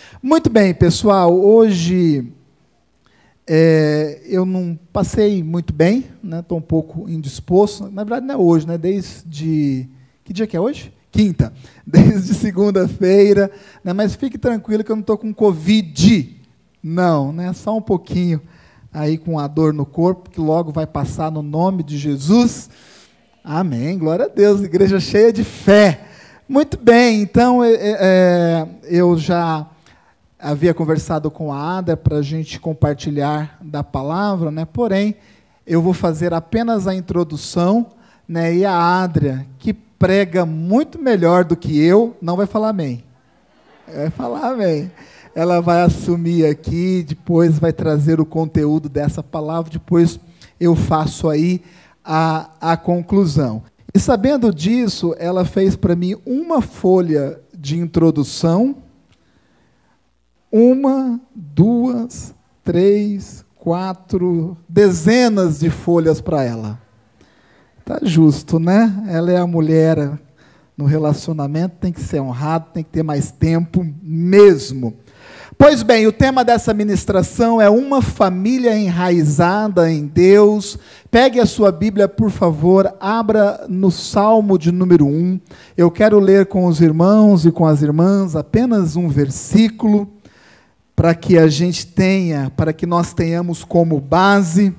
Muito bem, pessoal, hoje eu não passei muito bem, né? Estou um pouco indisposto, na verdade não é hoje, né? Desde, que dia que é hoje? Quinta, desde segunda-feira, né? Mas fique tranquilo que eu não estou com Covid, não, né? Só um pouquinho aí com a dor no corpo, que logo vai passar no nome de Jesus. Amém, glória a Deus, igreja cheia de fé. Muito bem, então eu já havia conversado com a Ada para a gente compartilhar da palavra, né? Porém, eu vou fazer apenas a introdução, né? E a Adria, que prega muito melhor do que eu, não vai falar amém. Vai falar amém. Ela vai assumir aqui, depois vai trazer o conteúdo dessa palavra, depois eu faço aí a conclusão. E sabendo disso, ela fez para mim uma folha de introdução, 1, 2, 3, 4, dezenas de folhas para ela. Tá justo, né? Ela é a mulher no relacionamento, tem que ser honrado, tem que ter mais tempo mesmo. Pois bem, o tema dessa ministração é uma família enraizada em Deus. Pegue a sua Bíblia, por favor, abra no Salmo de número 1. Eu quero ler com os irmãos e com as irmãs apenas um versículo, para que a gente tenha, para que nós tenhamos como base,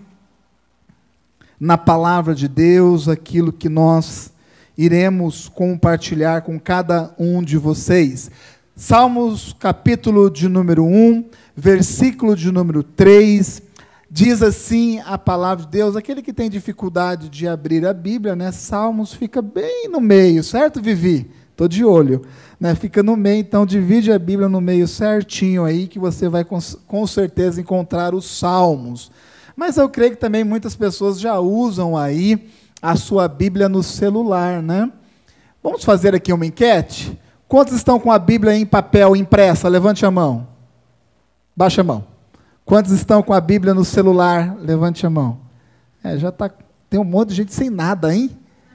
na palavra de Deus, aquilo que nós iremos compartilhar com cada um de vocês. Salmos, capítulo de número 1, versículo de número 3, diz assim a palavra de Deus. Aquele que tem dificuldade de abrir a Bíblia, né? Salmos fica bem no meio, certo, Vivi? Estou de olho, né? Fica no meio, então divide a Bíblia no meio certinho aí, que você vai com certeza encontrar os Salmos. Mas eu creio que também muitas pessoas já usam aí a sua Bíblia no celular, né? Vamos fazer aqui uma enquete? Quantos estão com a Bíblia em papel impressa? Levante a mão. Baixa a mão. Quantos estão com a Bíblia no celular? Levante a mão. Já tá, tem um monte de gente sem nada, hein?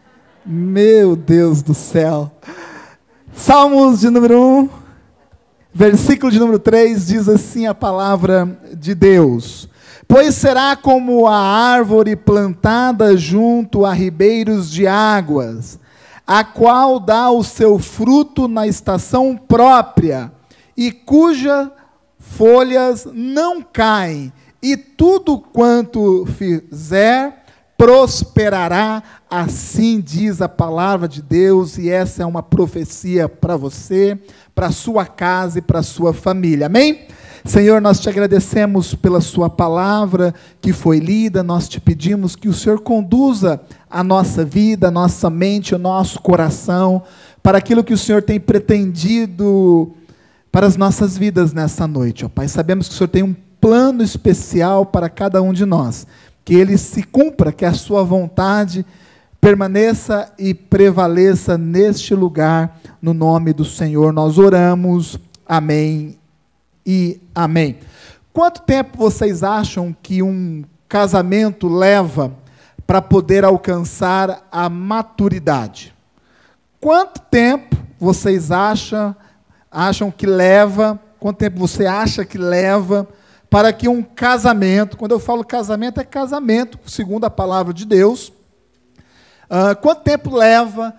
Meu Deus do céu. Salmos de número 1, versículo de número 3, diz assim a palavra de Deus. Pois será como a árvore plantada junto a ribeiros de águas, a qual dá o seu fruto na estação própria, e cujas folhas não caem, e tudo quanto fizer prosperará, assim diz a palavra de Deus, e essa é uma profecia para você, para a sua casa e para a sua família, amém? Senhor, nós te agradecemos pela sua palavra que foi lida, nós te pedimos que o Senhor conduza a nossa vida, a nossa mente, o nosso coração, para aquilo que o Senhor tem pretendido para as nossas vidas nessa noite, ó Pai. Sabemos que o Senhor tem um plano especial para cada um de nós, que ele se cumpra, que a sua vontade permaneça e prevaleça neste lugar, no nome do Senhor nós oramos, amém e amém. Quanto tempo vocês acham que um casamento leva para poder alcançar a maturidade? Quanto tempo vocês acham que leva, quanto tempo você acha que leva para que um casamento, quando eu falo casamento, é casamento, segundo a palavra de Deus, quanto tempo leva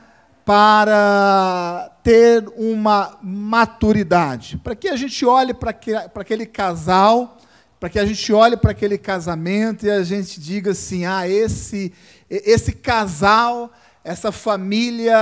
para ter uma maturidade? Para que a gente olhe para aquele casal, para que a gente olhe para aquele casamento e a gente diga assim, esse casal, essa família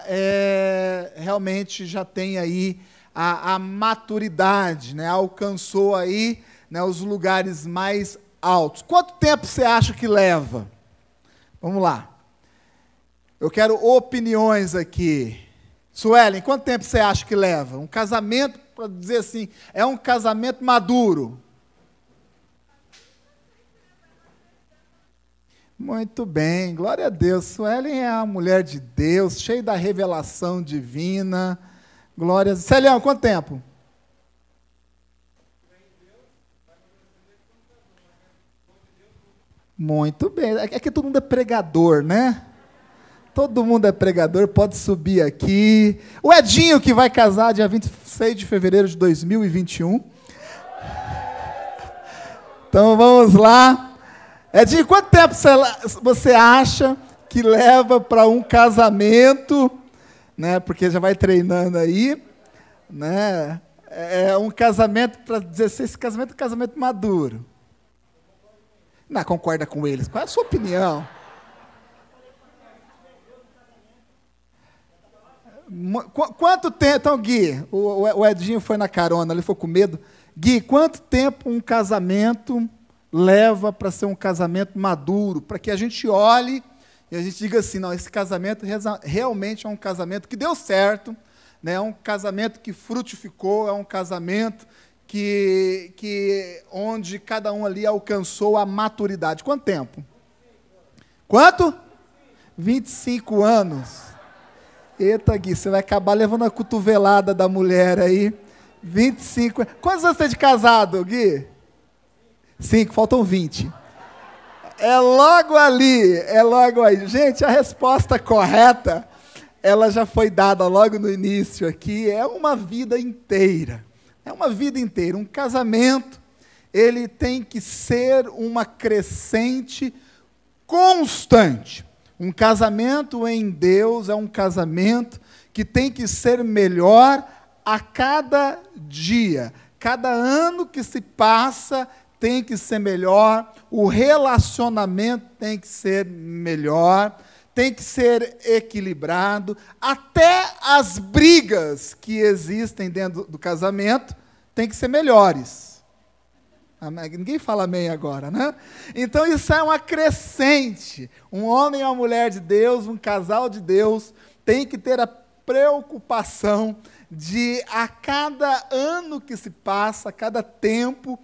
realmente já tem aí a maturidade, né? Alcançou aí, né, os lugares mais altos. Quanto tempo você acha que leva? Vamos lá. Eu quero opiniões aqui. Suelen, quanto tempo você acha que leva? Um casamento, para dizer assim, é um casamento maduro. Muito bem, glória a Deus. Suelen é a mulher de Deus, cheia da revelação divina. Glória a Deus. Celião, quanto tempo? Muito bem. É que todo mundo é pregador, né? Todo mundo é pregador, pode subir aqui. O Edinho, que vai casar dia 26 de fevereiro de 2021. Então vamos lá. Edinho, quanto tempo você acha que leva para um casamento, né? Porque já vai treinando aí, né? É um casamento, para dizer assim, esse casamento é um casamento maduro. Não, concorda com eles. Qual é a sua opinião? Quanto tempo... Então, Gui, o Edinho foi na carona, ele ficou com medo. Gui, quanto tempo um casamento leva para ser um casamento maduro? Para que a gente olhe e a gente diga assim, não, esse casamento realmente é um casamento que deu certo, né? É um casamento que frutificou, é um casamento onde cada um ali alcançou a maturidade. Quanto tempo? Quanto? 25 anos. Eita, Gui, você vai acabar levando a cotovelada da mulher aí. 25. Quantos anos você tem de casado, Gui? 5, faltam 20. É logo ali, é logo aí. Gente, a resposta correta, ela já foi dada logo no início aqui. É uma vida inteira. É uma vida inteira. Um casamento, ele tem que ser uma crescente constante. Um casamento em Deus é um casamento que tem que ser melhor a cada dia. Cada ano que se passa tem que ser melhor, o relacionamento tem que ser melhor, tem que ser equilibrado, até as brigas que existem dentro do casamento tem que ser melhores. Ninguém fala amém agora, né? Então isso é uma crescente. Um homem e uma mulher de Deus, um casal de Deus, tem que ter a preocupação de, a cada ano que se passa, a cada tempo,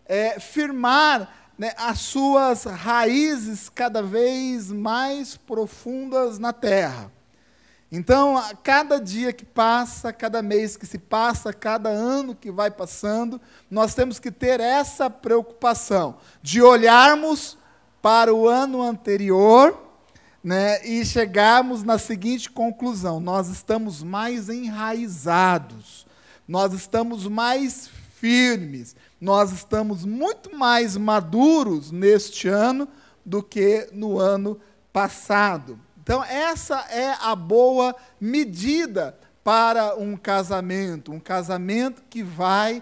firmar, né, as suas raízes cada vez mais profundas na terra. Então, a cada dia que passa, cada mês que se passa, cada ano que vai passando, nós temos que ter essa preocupação de olharmos para o ano anterior, né, e chegarmos na seguinte conclusão: nós estamos mais enraizados, nós estamos mais firmes, nós estamos muito mais maduros neste ano do que no ano passado. Então, essa é a boa medida para um casamento que vai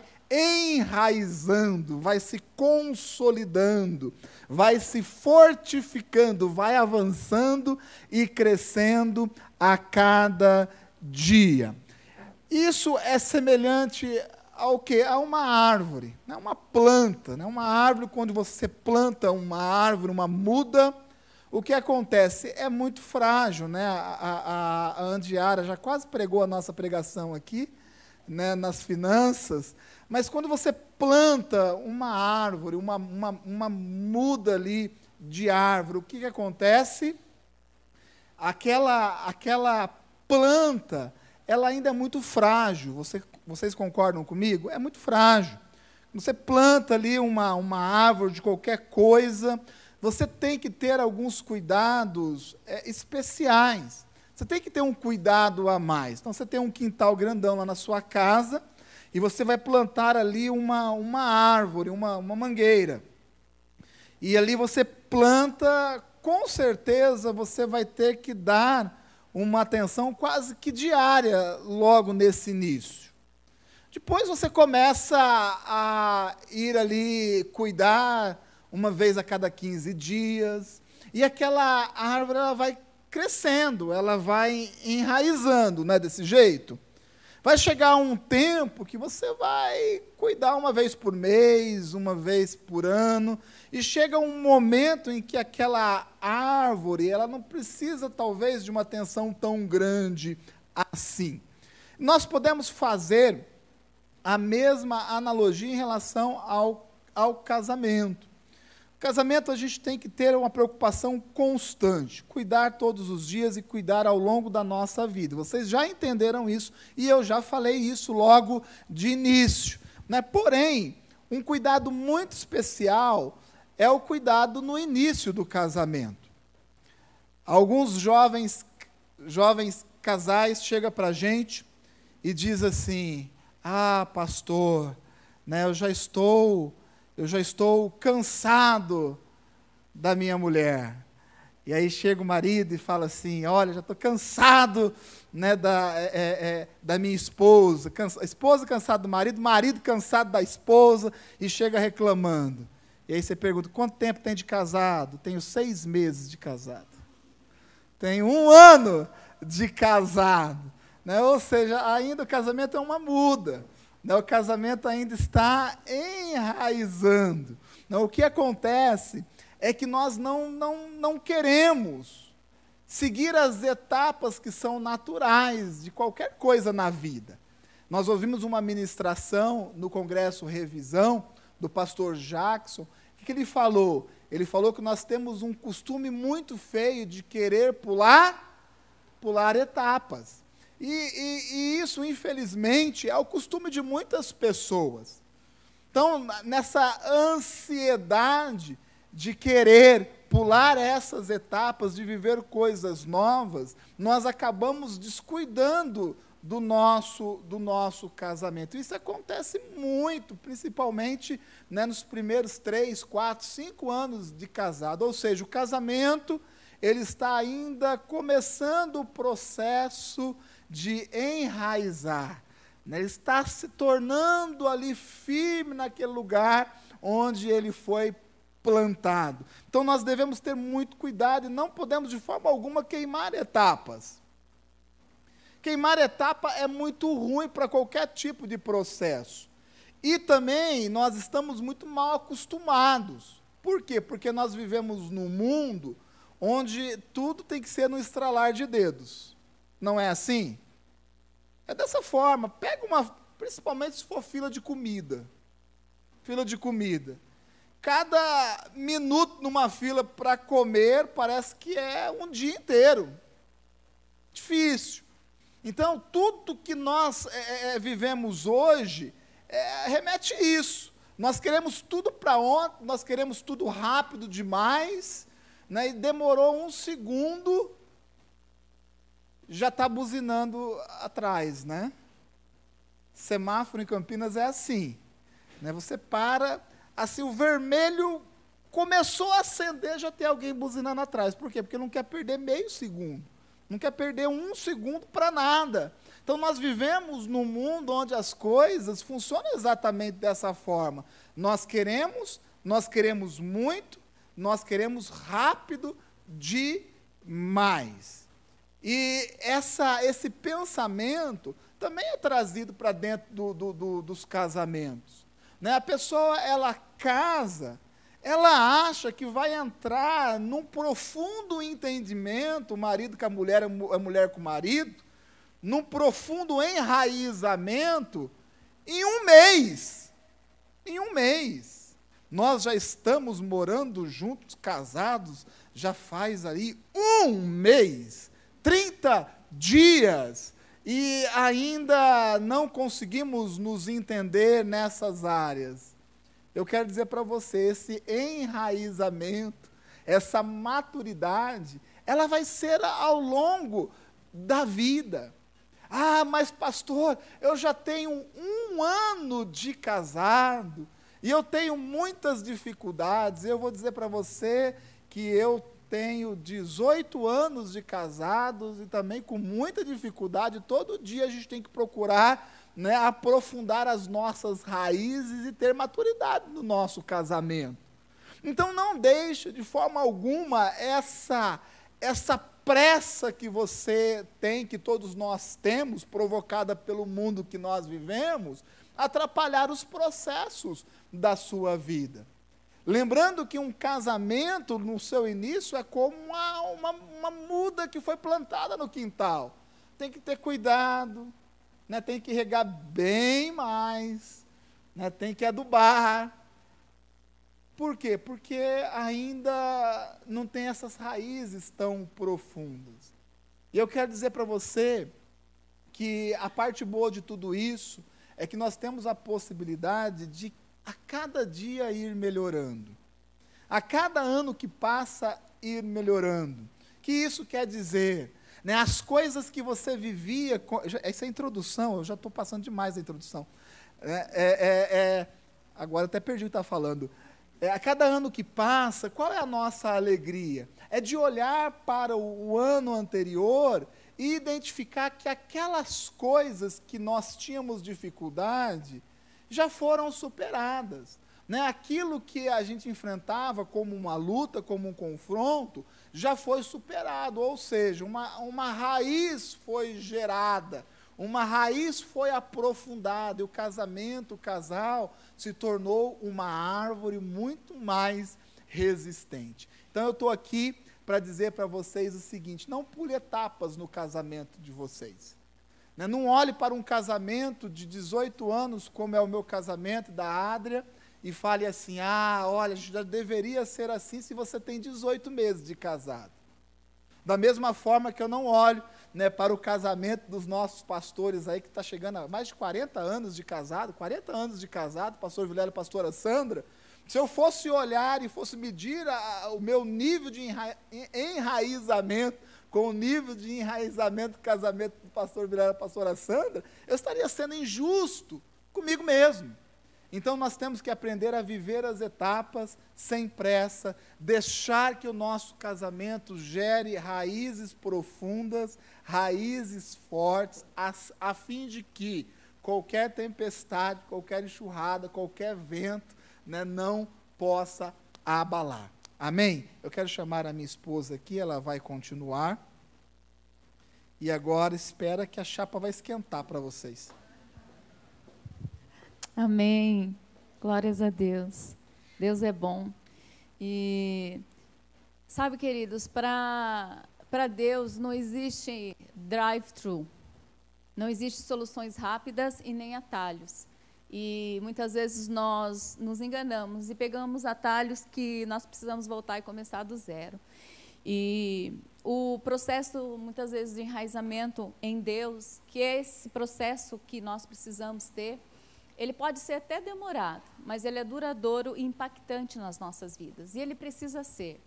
enraizando, vai se consolidando, vai se fortificando, vai avançando e crescendo a cada dia. Isso é semelhante ao quê? A uma árvore, né? Uma planta, né? Uma árvore, quando você planta uma árvore, uma muda, o que acontece? É muito frágil, né? A Andiara já quase pregou a nossa pregação aqui, né, nas finanças, mas quando você planta uma árvore, uma muda ali de árvore, o que acontece? Aquela planta, ela ainda é muito frágil. Vocês concordam comigo? É muito frágil. Você planta ali uma árvore de qualquer coisa, você tem que ter alguns cuidados especiais. Você tem que ter um cuidado a mais. Então, você tem um quintal grandão lá na sua casa e você vai plantar ali uma árvore, uma mangueira. E ali você planta, com certeza você vai ter que dar uma atenção quase que diária logo nesse início. Depois você começa a ir ali cuidar uma vez a cada 15 dias, e aquela árvore ela vai crescendo, ela vai enraizando, não é desse jeito? Vai chegar um tempo que você vai cuidar uma vez por mês, uma vez por ano, e chega um momento em que aquela árvore, ela não precisa talvez de uma atenção tão grande assim. Nós podemos fazer a mesma analogia em relação ao casamento. Casamento, a gente tem que ter uma preocupação constante, cuidar todos os dias e cuidar ao longo da nossa vida. Vocês já entenderam isso e eu já falei isso logo de início, né? Porém, um cuidado muito especial é o cuidado no início do casamento. Alguns jovens jovens casais chegam para a gente e diz assim: ah, pastor, né, eu já estou cansado da minha mulher. E aí chega o marido e fala assim: olha, já estou cansado, né, da minha esposa. A esposa cansada do marido, marido cansado da esposa, e chega reclamando. E aí você pergunta: quanto tempo tem de casado? Tenho 6 meses de casado. Tenho 1 ano de casado. Né? Ou seja, ainda o casamento é uma muda. Né? O casamento ainda está enraizando. Né? O que acontece é que nós não queremos seguir as etapas que são naturais de qualquer coisa na vida. Nós ouvimos uma ministração no Congresso Revisão, do pastor Jackson. O que ele falou? Ele falou que nós temos um costume muito feio de querer pular etapas. E isso, infelizmente, é o costume de muitas pessoas. Então, nessa ansiedade de querer pular essas etapas, de viver coisas novas, nós acabamos descuidando do nosso casamento. Isso acontece muito, principalmente, né, nos primeiros 3, 4, 5 anos de casado. Ou seja, o casamento, ele está ainda começando o processo de enraizar. Né? Ele está se tornando ali firme naquele lugar onde ele foi plantado. Então nós devemos ter muito cuidado e não podemos de forma alguma queimar etapas. Queimar etapa é muito ruim para qualquer tipo de processo. E também nós estamos muito mal acostumados. Por quê? Porque nós vivemos num mundo onde tudo tem que ser no estralar de dedos. Não é assim? É dessa forma. Pega principalmente se for fila de comida. Fila de comida. Cada minuto numa fila para comer parece que é um dia inteiro. Difícil. Então, tudo que nós vivemos hoje remete a isso. Nós queremos tudo para ontem, nós queremos tudo rápido demais, né, e demorou 1 segundo, já está buzinando atrás, né? Semáforo em Campinas é assim, né? Você para, assim, o vermelho começou a acender, já tem alguém buzinando atrás. Por quê? Porque não quer perder meio segundo, não quer perder 1 segundo para nada. Então, nós vivemos num mundo onde as coisas funcionam exatamente dessa forma. Nós queremos muito, nós queremos rápido demais. E esse pensamento também é trazido para dentro dos casamentos. Né? A pessoa, ela casa, ela acha que vai entrar num profundo entendimento, o marido com a mulher com o marido, num profundo enraizamento, em 1 mês. Em 1 mês. Nós já estamos morando juntos, casados, já faz aí 1 mês, 30 dias, e ainda não conseguimos nos entender nessas áreas. Eu quero dizer para você, esse enraizamento, essa maturidade, ela vai ser ao longo da vida. Ah, mas pastor, eu já tenho 1 ano de casado, e eu tenho muitas dificuldades. Eu vou dizer para você que eu tenho 18 anos de casados, e também com muita dificuldade. Todo dia a gente tem que procurar, né, aprofundar as nossas raízes e ter maturidade no nosso casamento. Então não deixe de forma alguma essa pressa que você tem, que todos nós temos, provocada pelo mundo que nós vivemos, atrapalhar os processos da sua vida. Lembrando que um casamento, no seu início, é como uma muda que foi plantada no quintal. Tem que ter cuidado, né? Tem que regar bem mais, né? Tem que adubar. Por quê? Porque ainda não tem essas raízes tão profundas. E eu quero dizer para você que a parte boa de tudo isso é que nós temos a possibilidade de a cada dia ir melhorando. A cada ano que passa, ir melhorando. O que isso quer dizer? né? As coisas que você vivia, essa é a introdução, eu já estou passando demais a introdução. Agora até perdi o que está falando. A cada ano que passa, qual é a nossa alegria? É de olhar para o ano anterior e identificar que aquelas coisas que nós tínhamos dificuldade já foram superadas. Né? Aquilo que a gente enfrentava como uma luta, como um confronto, já foi superado, ou seja, uma raiz foi gerada, uma raiz foi aprofundada, e o casamento, o casal, se tornou uma árvore muito mais resistente. Então eu estou aqui para dizer para vocês o seguinte: não pule etapas no casamento de vocês. Né? Não olhe para um casamento de 18 anos, como é o meu casamento, da Adria, e fale assim: olha, já deveria ser assim se você tem 18 meses de casado. Da mesma forma que eu não olho, né, para o casamento dos nossos pastores aí, que está chegando a mais de 40 anos de casado, pastor Vilela e pastora Sandra. Se eu fosse olhar e fosse medir o meu nível de enraizamento com o nível de enraizamento do casamento do pastor Vilela e da pastora Sandra, eu estaria sendo injusto comigo mesmo. Então nós temos que aprender a viver as etapas sem pressa, deixar que o nosso casamento gere raízes profundas, raízes fortes, a fim de que qualquer tempestade, qualquer enxurrada, qualquer vento, né, não possa abalar. Amém? Eu quero chamar a minha esposa aqui, ela vai continuar. E agora espera que a chapa vai esquentar para vocês. Amém. Glórias a Deus. Deus é bom. E sabe, queridos, para Deus não existe drive-thru. Não existe soluções rápidas e nem atalhos. E muitas vezes nós nos enganamos e pegamos atalhos que nós precisamos voltar e começar do zero. E o processo, muitas vezes, de enraizamento em Deus, que é esse processo que nós precisamos ter, ele pode ser até demorado, mas ele é duradouro e impactante nas nossas vidas. E ele precisa ser.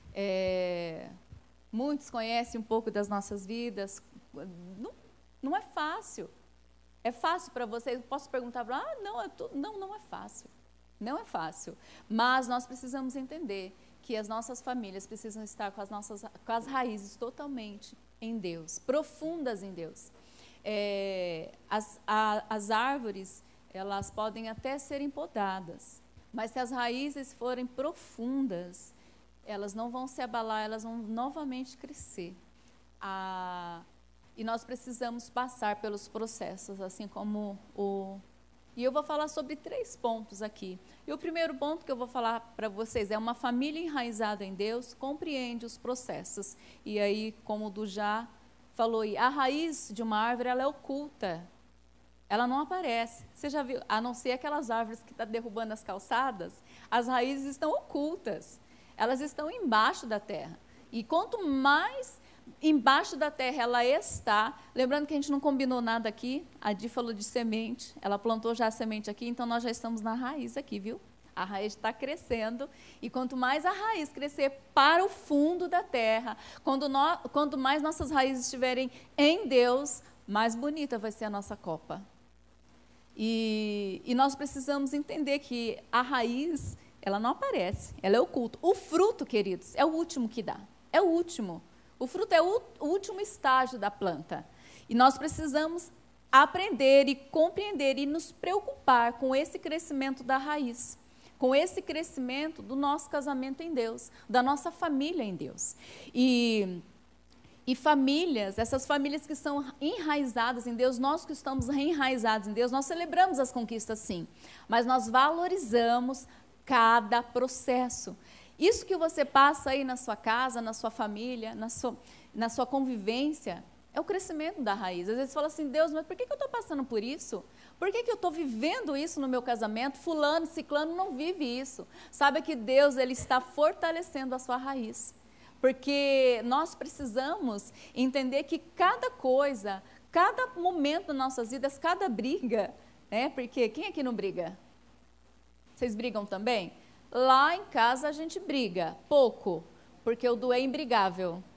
Muitos conhecem um pouco das nossas vidas. Não é fácil. É fácil para vocês? Posso perguntar para não é fácil. Não é fácil. Mas nós precisamos entender que as nossas famílias precisam estar com as raízes totalmente em Deus, profundas em Deus. As árvores, elas podem até serem podadas, mas se as raízes forem profundas, elas não vão se abalar, elas vão novamente crescer. E nós precisamos passar pelos processos, assim como E eu vou falar sobre 3 pontos aqui. E o primeiro ponto que eu vou falar para vocês é: uma família enraizada em Deus compreende os processos. E aí, como o Du já falou, a raiz de uma árvore, ela é oculta. Ela não aparece. Você já viu? A não ser aquelas árvores que estão derrubando as calçadas, as raízes estão ocultas. Elas estão embaixo da terra. E quanto mais embaixo da terra ela está, lembrando que a gente não combinou nada aqui, a Di falou de semente, ela plantou já a semente aqui, então nós já estamos na raiz aqui, viu? A raiz está crescendo, e quanto mais a raiz crescer para o fundo da terra, quanto mais nossas raízes estiverem em Deus, mais bonita vai ser a nossa copa. E nós precisamos entender que a raiz, ela não aparece, ela é oculta. O fruto, queridos, é o último que dá, é o último. O fruto é o último estágio da planta. E nós precisamos aprender e compreender e nos preocupar com esse crescimento da raiz, com esse crescimento do nosso casamento em Deus, da nossa família em Deus. E famílias, essas famílias que são enraizadas em Deus, nós que estamos enraizados em Deus, nós celebramos as conquistas, sim, mas nós valorizamos cada processo. Isso que você passa aí na sua casa, na sua família, na sua convivência, é o crescimento da raiz. Às vezes você fala assim: Deus, mas por que eu estou passando por isso? Por que eu estou vivendo isso no meu casamento? Fulano, ciclano não vive isso. Sabe que Deus, Ele está fortalecendo a sua raiz. Porque nós precisamos entender que cada coisa, cada momento das nossas vidas, cada briga, né? Porque quem aqui não briga? Vocês brigam também? Lá em casa a gente briga pouco, porque o Du é imbrigável,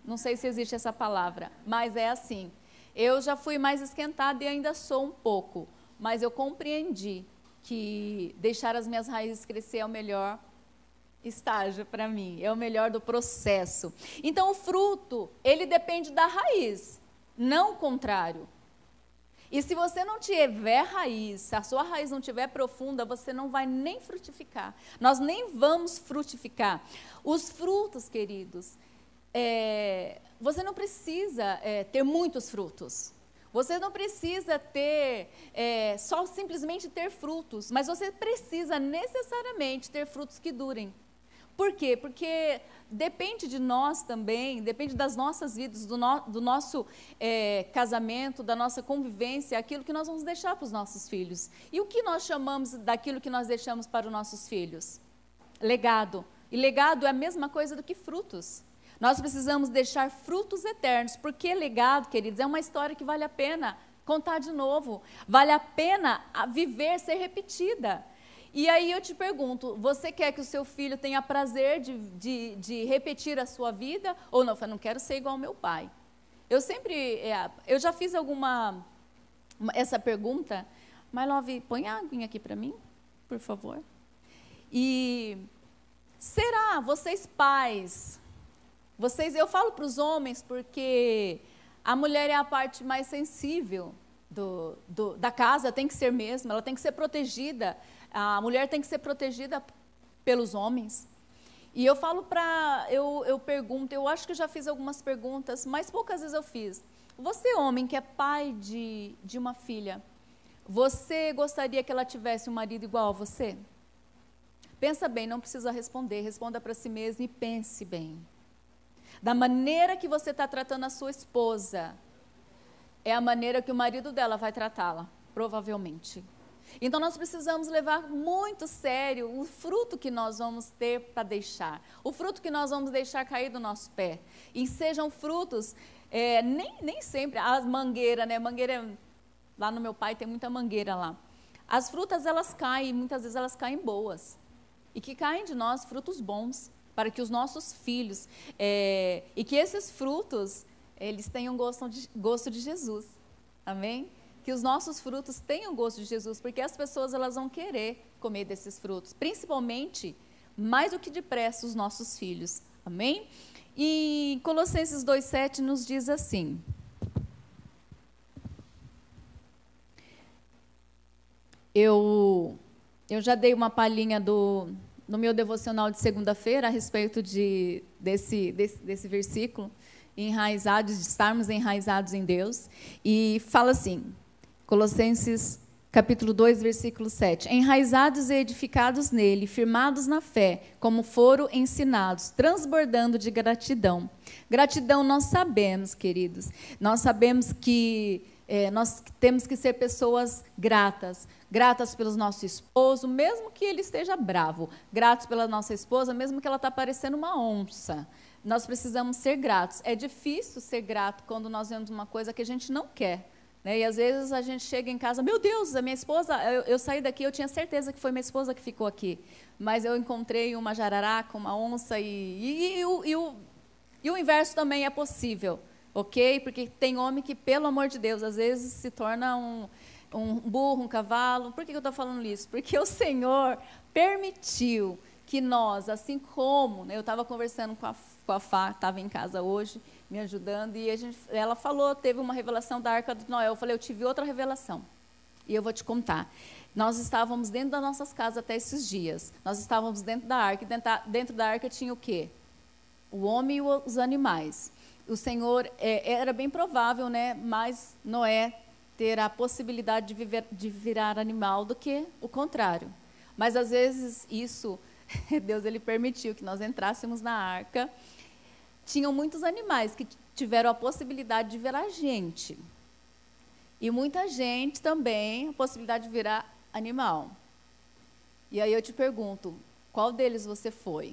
Não sei se existe essa palavra, mas é assim. Eu já fui mais esquentada e ainda sou um pouco, mas eu compreendi que deixar as minhas raízes crescer é o melhor estágio para mim, é o melhor do processo. Então o fruto, ele depende da raiz, não o contrário. E se você não tiver raiz, se a sua raiz não estiver profunda, você não vai nem frutificar. Nós nem vamos frutificar. Os frutos, queridos, você não precisa ter muitos frutos. Você não precisa ter, só simplesmente ter frutos, mas você precisa necessariamente ter frutos que durem. Por quê? Porque depende de nós também, depende das nossas vidas, do nosso casamento, da nossa convivência, aquilo que nós vamos deixar para os nossos filhos. E o que nós chamamos daquilo que nós deixamos para os nossos filhos? Legado. E legado é a mesma coisa do que frutos. Nós precisamos deixar frutos eternos, porque legado, queridos, é uma história que vale a pena contar de novo, vale a pena viver, ser repetida. E aí eu te pergunto, você quer que o seu filho tenha prazer de repetir a sua vida? Ou não? Eu não quero ser igual ao meu pai. Eu já fiz essa pergunta, mas Love, põe a aguinha aqui para mim, por favor. E será, vocês pais, eu falo para os homens porque a mulher é a parte mais sensível da casa, tem que ser mesmo, ela tem que ser protegida. A mulher tem que ser protegida pelos homens. E eu falo eu pergunto, eu acho que eu já fiz algumas perguntas, mas poucas vezes eu fiz. Você, homem, que é pai de uma filha, você gostaria que ela tivesse um marido igual a você? Pensa bem, não precisa responder, responda para si mesmo e pense bem. Da maneira que você está tratando a sua esposa, é a maneira que o marido dela vai tratá-la, provavelmente. Então, nós precisamos levar muito sério o fruto que nós vamos ter para deixar, o fruto que nós vamos deixar cair do nosso pé. E sejam frutos, nem sempre, as mangueiras, né? Lá no meu pai tem muita mangueira lá. As frutas, elas caem, muitas vezes elas caem boas. E que caem de nós frutos bons, para que os nossos filhos, e que esses frutos, eles tenham gosto de Jesus. Amém? Que os nossos frutos tenham gosto de Jesus, porque as pessoas elas vão querer comer desses frutos, principalmente, mais do que depressa, os nossos filhos. Amém? E Colossenses 2,7 nos diz assim: eu já dei uma palhinha no meu devocional de segunda-feira a respeito desse versículo, de estarmos enraizados em Deus, e fala assim, Colossenses capítulo 2, versículo 7. Enraizados e edificados nele, firmados na fé, como foram ensinados, transbordando de gratidão. Gratidão nós sabemos, queridos, nós sabemos que nós temos que ser pessoas gratas pelo nosso esposo, mesmo que ele esteja bravo, gratos pela nossa esposa, mesmo que ela está parecendo uma onça. Nós precisamos ser gratos. É difícil ser grato quando nós vemos uma coisa que a gente não quer. E às vezes a gente chega em casa, meu Deus, a minha esposa, eu saí daqui, eu tinha certeza que foi minha esposa que ficou aqui, mas eu encontrei uma jararaca, uma onça, e o inverso também é possível, ok? Porque tem homem que, pelo amor de Deus, às vezes se torna um burro, um cavalo. Por que eu estou falando isso? Porque o Senhor permitiu que nós, assim como, eu estava conversando com a Fá, estava em casa hoje, me ajudando, e ela falou, teve uma revelação da Arca de Noé. Eu falei, eu tive outra revelação, e eu vou te contar. Nós estávamos dentro das nossas casas até esses dias, nós estávamos dentro da Arca, e dentro da Arca tinha o quê? O homem e os animais. O Senhor, era bem provável, né, mas Noé ter a possibilidade de virar animal do que o contrário. Mas às vezes isso, Deus ele permitiu que nós entrássemos na Arca. Tinham muitos animais que tiveram a possibilidade de virar gente. E muita gente também a possibilidade de virar animal. E aí eu te pergunto, qual deles você foi?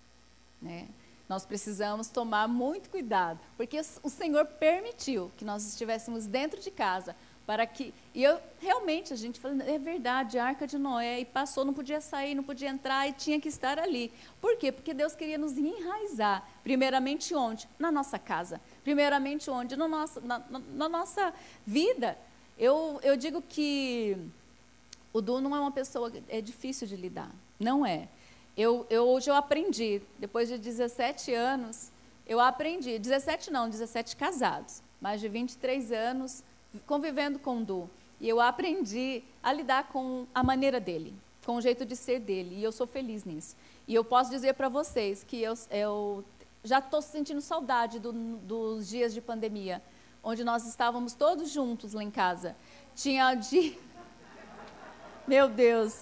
Nós precisamos tomar muito cuidado, porque o Senhor permitiu que nós estivéssemos dentro de casa, E eu, realmente, a gente falando, é verdade, a Arca de Noé, e passou, não podia sair, não podia entrar, e tinha que estar ali. Por quê? Porque Deus queria nos enraizar. Primeiramente onde? Na nossa casa. Primeiramente onde? No nosso, na nossa vida. Eu digo que o Du não é uma pessoa, é difícil de lidar. Não é. Hoje eu aprendi, depois de 17 anos, eu aprendi, 17 não, 17 casados, mais de 23 anos convivendo com o Du. E eu aprendi a lidar com a maneira dele, com o jeito de ser dele, e eu sou feliz nisso. E eu posso dizer para vocês que eu já estou sentindo saudade dos dias de pandemia, onde nós estávamos todos juntos lá em casa. Tinha dia... Meu Deus!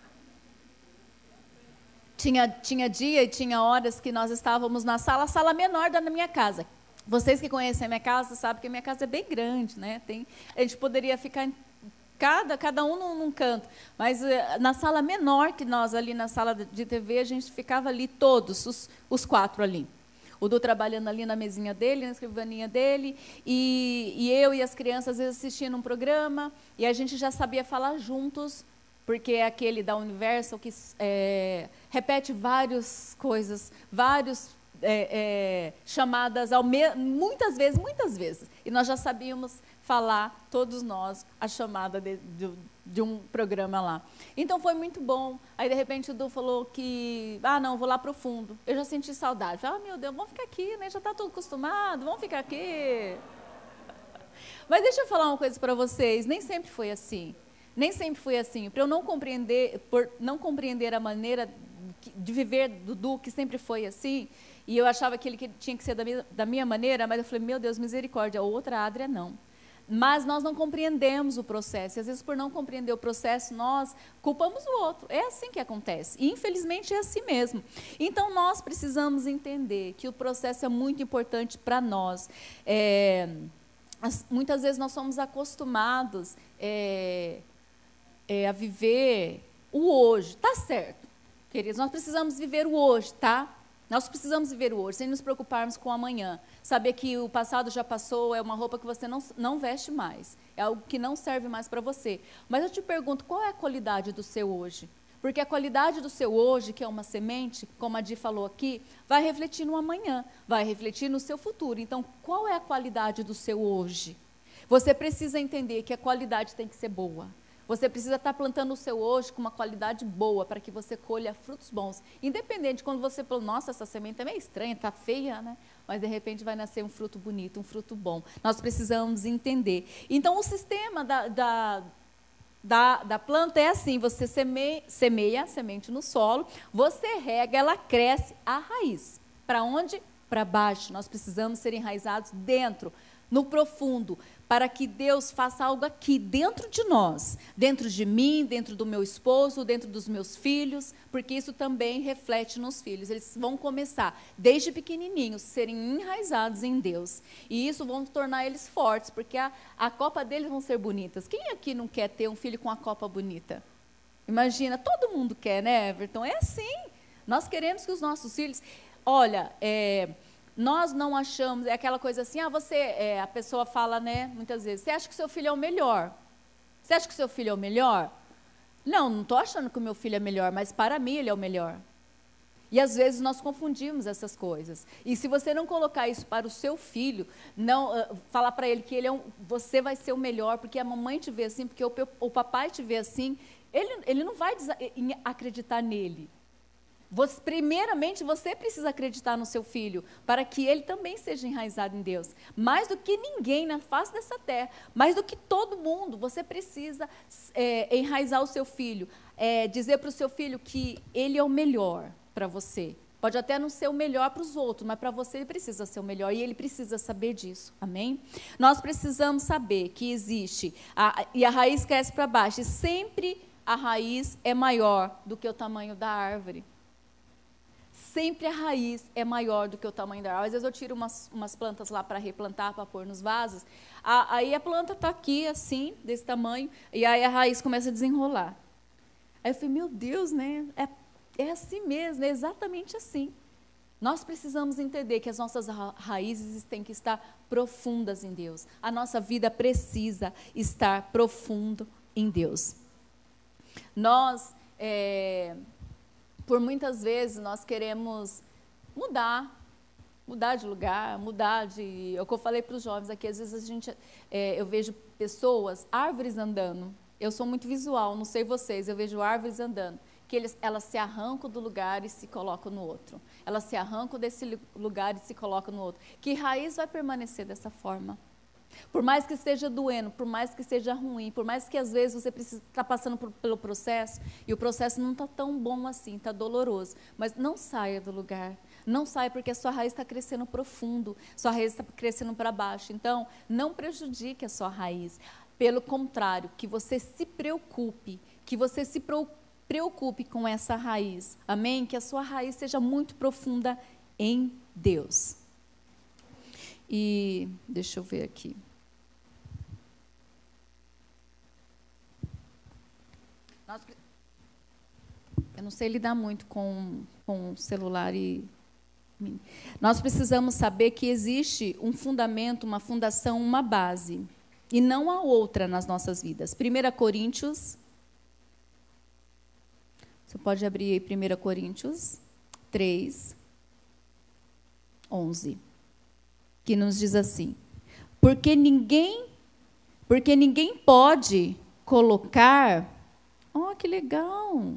Tinha dia e tinha horas que nós estávamos na sala, a sala menor da minha casa. Vocês que conhecem a minha casa sabem que a minha casa é bem grande, né? A gente poderia ficar cada um num canto, mas na sala menor que nós, ali na sala de TV, a gente ficava ali todos, os 4 ali. O Du trabalhando ali na mesinha dele, na escrivaninha dele, e eu e as crianças às vezes assistindo um programa, e a gente já sabia falar juntos, porque é aquele da Universal que repete várias coisas, vários chamadas muitas vezes. E nós já sabíamos falar, todos nós, a chamada de um programa lá. Então foi muito bom. Aí, de repente, o Du falou que, não, vou lá para o fundo. Eu já senti saudade. Falei, meu Deus, vamos ficar aqui, né? Já está tudo acostumado, vamos ficar aqui. Mas deixa eu falar uma coisa para vocês, nem sempre foi assim. Nem sempre foi assim. Por não compreender a maneira de viver do Du, que sempre foi assim, e eu achava que ele tinha que ser da minha maneira, mas eu falei, meu Deus, misericórdia, a outra Adria não. Mas nós não compreendemos o processo, e às vezes por não compreender o processo, nós culpamos o outro. É assim que acontece, e infelizmente é assim mesmo. Então nós precisamos entender que o processo é muito importante para nós. Muitas vezes nós somos acostumados a viver o hoje, tá certo, queridos, nós precisamos viver o hoje, tá? Nós precisamos viver o hoje, sem nos preocuparmos com o amanhã. Saber que o passado já passou, é uma roupa que você não veste mais, é algo que não serve mais para você. Mas eu te pergunto, qual é a qualidade do seu hoje? Porque a qualidade do seu hoje, que é uma semente, como a Di falou aqui, vai refletir no amanhã, vai refletir no seu futuro. Então, qual é a qualidade do seu hoje? Você precisa entender que a qualidade tem que ser boa. Você precisa estar plantando o seu hoje com uma qualidade boa para que você colha frutos bons. Independente de quando você falou, nossa, essa semente é meio estranha, está feia, né? Mas de repente vai nascer um fruto bonito, um fruto bom. Nós precisamos entender. Então, o sistema da planta é assim, você semeia a semente no solo, você rega, ela cresce a raiz. Para onde? Para baixo. Nós precisamos ser enraizados dentro, no profundo, para que Deus faça algo aqui, dentro de nós, dentro de mim, dentro do meu esposo, dentro dos meus filhos, porque isso também reflete nos filhos. Eles vão começar, desde pequenininhos, serem enraizados em Deus. E isso vão tornar eles fortes, porque a copa deles vão ser bonitas. Quem aqui não quer ter um filho com a copa bonita? Imagina, todo mundo quer, né, Everton? É assim. Nós queremos que os nossos filhos... Olha, nós não achamos, é aquela coisa assim, a pessoa fala, né, muitas vezes, você acha que seu filho é o melhor? Você acha que seu filho é o melhor? Não estou achando que o meu filho é melhor, mas para mim ele é o melhor. E às vezes nós confundimos essas coisas. E se você não colocar isso para o seu filho, não falar para ele que você vai ser o melhor, porque a mamãe te vê assim, porque o papai te vê assim, ele não vai acreditar nele. Primeiramente, você precisa acreditar no seu filho, para que ele também seja enraizado em Deus. Mais do que ninguém na face dessa terra, mais do que todo mundo, você precisa enraizar o seu filho, dizer para o seu filho que ele é o melhor para você. Pode até não ser o melhor para os outros, mas para você ele precisa ser o melhor, e ele precisa saber disso, amém? Nós precisamos saber que existe, e a raiz cresce para baixo, e sempre a raiz é maior do que o tamanho da árvore. Sempre a raiz é maior do que o tamanho da árvore. Às vezes eu tiro umas plantas lá para replantar, para pôr nos vasos. Aí a planta está aqui, assim, desse tamanho, e aí a raiz começa a desenrolar. Aí eu falei, meu Deus, né? É assim mesmo, é exatamente assim. Nós precisamos entender que as nossas raízes têm que estar profundas em Deus. A nossa vida precisa estar profundo em Deus. Nós, por muitas vezes, nós queremos mudar de lugar, é o que eu falei para os jovens aqui, às vezes eu vejo pessoas, árvores andando. Eu sou muito visual, não sei vocês, eu vejo árvores andando, que elas se arrancam do lugar e se colocam no outro. Elas se arrancam desse lugar e se colocam no outro. Que raiz vai permanecer dessa forma? Por mais que esteja doendo, por mais que seja ruim, por mais que às vezes você precisa estar passando pelo processo, e o processo não está tão bom assim, está doloroso, mas não saia do lugar, não saia porque a sua raiz está crescendo profundo, sua raiz está crescendo para baixo, então não prejudique a sua raiz, pelo contrário, que você se preocupe, com essa raiz, amém? Que a sua raiz seja muito profunda em Deus. E deixa eu ver aqui. Eu não sei lidar muito com celular e... Nós precisamos saber que existe um fundamento, uma fundação, uma base, e não há outra nas nossas vidas. 1 Coríntios, você pode abrir aí 1 Coríntios 3, 11. Que nos diz assim: porque ninguém pode colocar, que legal,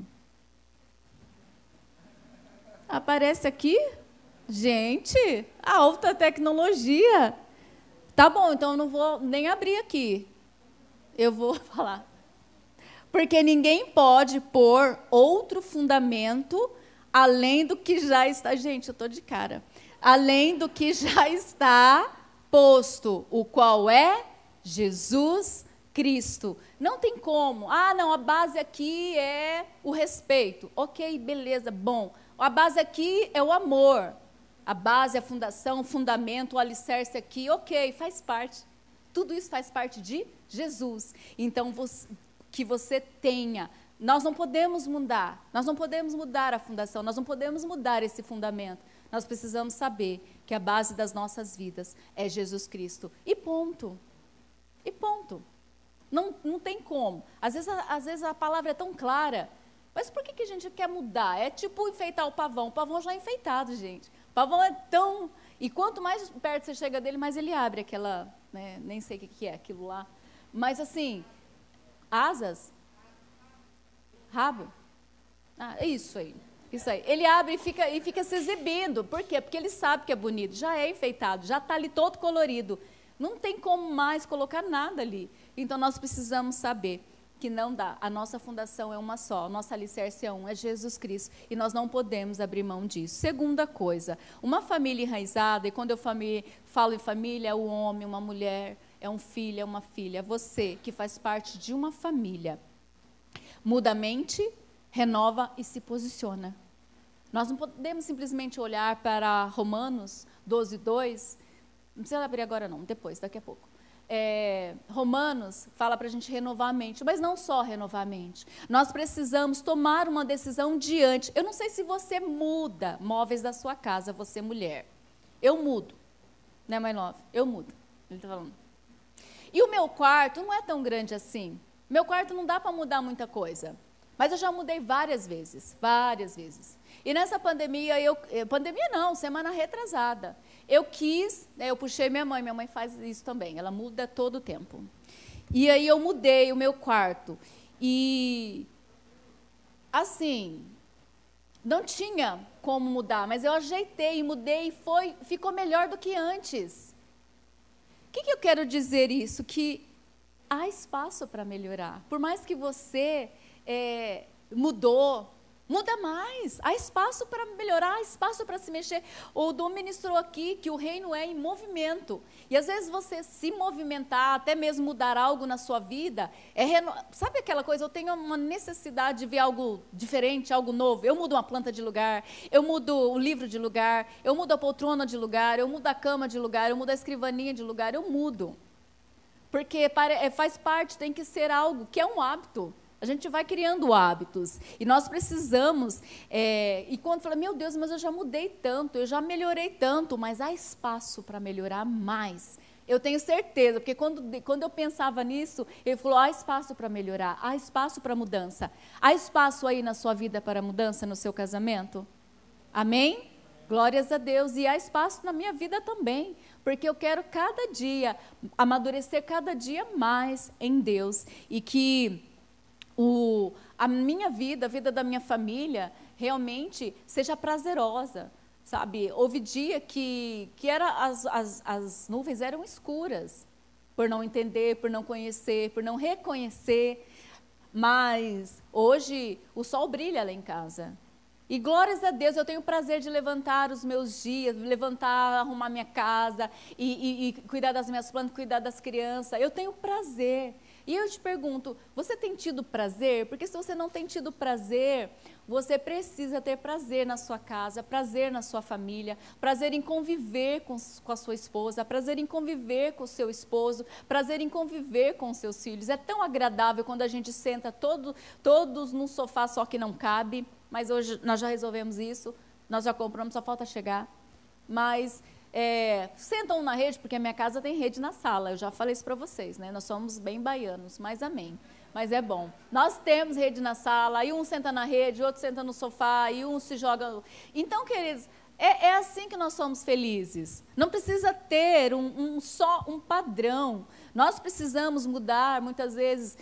aparece aqui, gente, a alta tecnologia, tá bom, então eu não vou nem abrir aqui, eu vou falar, porque ninguém pode pôr outro fundamento além do que já está, gente, eu estou de cara, além do que já está posto, o qual é Jesus Cristo. Não tem como. Não, a base aqui é o respeito. Ok, beleza, bom. A base aqui é o amor. A base, a fundação, o fundamento, o alicerce aqui, ok, faz parte. Tudo isso faz parte de Jesus. Então, que você tenha... Nós não podemos mudar a fundação, nós não podemos mudar esse fundamento. Nós precisamos saber que a base das nossas vidas é Jesus Cristo. E ponto. E ponto. Não tem como. Às vezes a palavra é tão clara, mas por que a gente quer mudar? É tipo enfeitar o pavão. O pavão já é enfeitado, gente. O pavão é tão... E quanto mais perto você chega dele, mais ele abre aquela... Né, nem sei o que é aquilo lá. Mas assim, asas... Rabo? Isso aí. Ele abre e fica se exibindo. Por quê? Porque ele sabe que é bonito, já é enfeitado, já está ali todo colorido. Não tem como mais colocar nada ali. Então, nós precisamos saber que não dá. A nossa fundação é uma só, o nosso alicerce é um, é Jesus Cristo. E nós não podemos abrir mão disso. Segunda coisa, uma família enraizada, e quando eu falo em família, é o homem, uma mulher, é um filho, é uma filha. Você que faz parte de uma família, muda a mente, renova e se posiciona. Nós não podemos simplesmente olhar para Romanos 12, 2, não precisa abrir agora não, depois, daqui a pouco. Romanos fala para a gente renovar a mente, mas não só renovar a mente. Nós precisamos tomar uma decisão diante. Eu não sei se você muda móveis da sua casa, você mulher. Eu mudo, né, mãe Love? Eu mudo. Ele está falando. E o meu quarto não é tão grande assim. Meu quarto não dá para mudar muita coisa. Mas eu já mudei várias vezes. E nessa pandemia, pandemia não, semana retrasada, eu puxei minha mãe faz isso também, ela muda todo o tempo. E aí eu mudei o meu quarto. E, assim, não tinha como mudar, mas eu ajeitei, mudei e ficou melhor do que antes. O que eu quero dizer isso? Que há espaço para melhorar. Por mais que você muda mais. Há espaço para melhorar, há espaço para se mexer. O Dom ministrou aqui que o reino é em movimento. E às vezes você se movimentar, até mesmo mudar algo na sua vida, sabe aquela coisa, eu tenho uma necessidade de ver algo diferente, algo novo. Eu mudo uma planta de lugar, eu mudo o livro de lugar, eu mudo a poltrona de lugar, eu mudo a cama de lugar, eu mudo a escrivaninha de lugar, eu mudo. Porque faz parte, tem que ser algo que é um hábito. A gente vai criando hábitos. E nós precisamos... e quando fala, meu Deus, mas eu já mudei tanto, eu já melhorei tanto, mas há espaço para melhorar mais. Eu tenho certeza, porque quando eu pensava nisso, ele falou, há espaço para melhorar, há espaço para mudança. Há espaço aí na sua vida para mudança, no seu casamento? Amém? Glórias a Deus. E há espaço na minha vida também, porque eu quero cada dia, amadurecer cada dia mais em Deus. E que a minha vida, a vida da minha família, realmente seja prazerosa. Sabe, houve dia que as nuvens eram escuras, por não entender, por não conhecer, por não reconhecer, mas hoje o sol brilha lá em casa. E glórias a Deus, eu tenho o prazer de levantar os meus dias, levantar, arrumar minha casa, e cuidar das minhas plantas, cuidar das crianças, eu tenho prazer. E eu te pergunto, você tem tido prazer? Porque se você não tem tido prazer, você precisa ter prazer na sua casa, prazer na sua família, prazer em conviver com a sua esposa, prazer em conviver com o seu esposo, prazer em conviver com os seus filhos. É tão agradável quando a gente senta todos num sofá só que não cabe, mas hoje nós já resolvemos isso, nós já compramos, só falta chegar. Mas... sentam na rede, porque a minha casa tem rede na sala, eu já falei isso para vocês, né? Nós somos bem baianos, mas amém. Mas é bom. Nós temos rede na sala, aí um senta na rede, outro senta no sofá, e um se joga... Então, queridos, é assim que nós somos felizes. Não precisa ter só um padrão. Nós precisamos mudar, muitas vezes...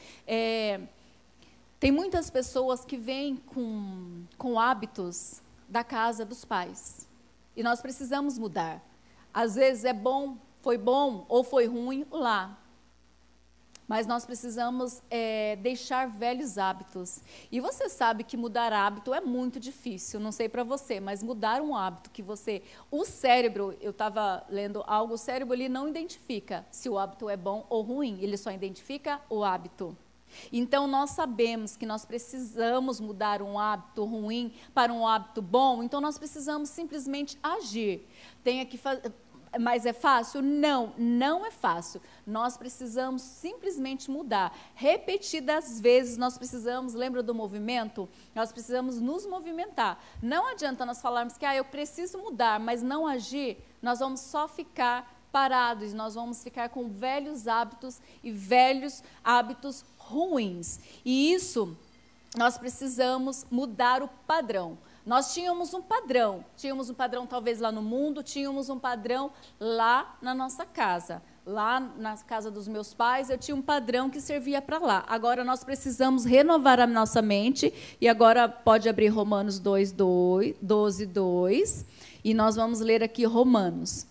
tem muitas pessoas que vêm com hábitos da casa dos pais. E nós precisamos mudar. Às vezes foi bom ou foi ruim lá. Mas nós precisamos deixar velhos hábitos. E você sabe que mudar hábito é muito difícil, não sei para você, mas mudar um hábito que o cérebro, eu estava lendo algo, o cérebro ele não identifica se o hábito é bom ou ruim, ele só identifica o hábito. Então, nós sabemos que nós precisamos mudar um hábito ruim para um hábito bom, então nós precisamos simplesmente agir. Mas é fácil? Não, não é fácil. Nós precisamos simplesmente mudar. Repetidas vezes nós precisamos, lembra do movimento? Nós precisamos nos movimentar. Não adianta nós falarmos que eu preciso mudar, mas não agir, nós vamos só ficar parados, nós vamos ficar com velhos hábitos e velhos hábitos ruins. E isso, nós precisamos mudar o padrão. Nós tínhamos um padrão talvez lá no mundo, tínhamos um padrão lá na nossa casa. Lá na casa dos meus pais, eu tinha um padrão que servia para lá. Agora nós precisamos renovar a nossa mente, e agora pode abrir Romanos 12:2, e nós vamos ler aqui Romanos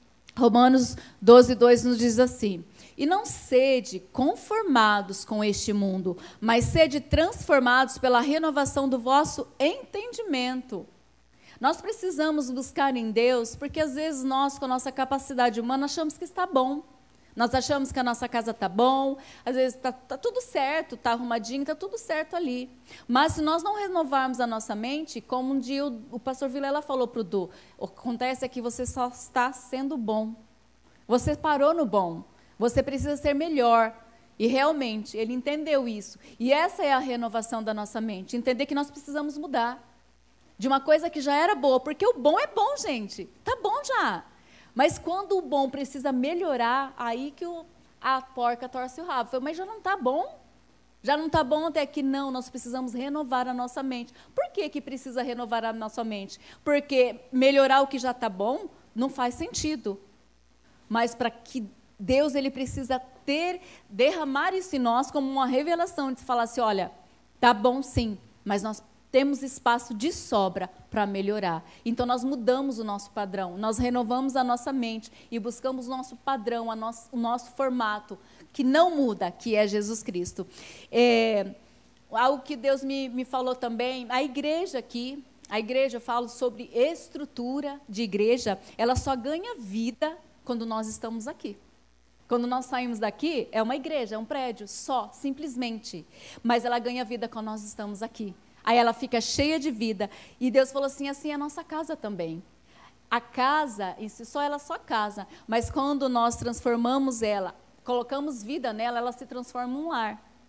12:2 nos diz assim: e não sede conformados com este mundo, mas sede transformados pela renovação do vosso entendimento. Nós precisamos buscar em Deus, porque às vezes nós, com a nossa capacidade humana, achamos que está bom. Nós achamos que a nossa casa está bom, às vezes está tudo certo, está arrumadinho, está tudo certo ali. Mas se nós não renovarmos a nossa mente, como um dia o pastor Vilela falou para o Du, acontece é que você só está sendo bom. Você parou no bom. Você precisa ser melhor. E realmente, ele entendeu isso. E essa é a renovação da nossa mente. Entender que nós precisamos mudar de uma coisa que já era boa. Porque o bom é bom, gente. Está bom já. Mas quando o bom precisa melhorar, aí que a porca torce o rabo. Mas já não está bom? Já não está bom até que não, nós precisamos renovar a nossa mente. Por que precisa renovar a nossa mente? Porque melhorar o que já está bom não faz sentido. Mas para que Deus ele precisa derramar isso em nós como uma revelação, de falar assim, olha, tá bom sim, mas nós temos espaço de sobra para melhorar. Então nós mudamos o nosso padrão, nós renovamos a nossa mente e buscamos o nosso padrão, o nosso formato, que não muda, que é Jesus Cristo. Algo que Deus me falou também, a igreja, eu falo sobre estrutura de igreja, ela só ganha vida quando nós estamos aqui. Quando nós saímos daqui, é uma igreja, é um prédio, só, simplesmente. Mas ela ganha vida quando nós estamos aqui. Aí ela fica cheia de vida. E Deus falou assim é a nossa casa também. A casa, em si só, ela só casa. Mas quando nós transformamos ela, colocamos vida nela, ela se transforma em um lar.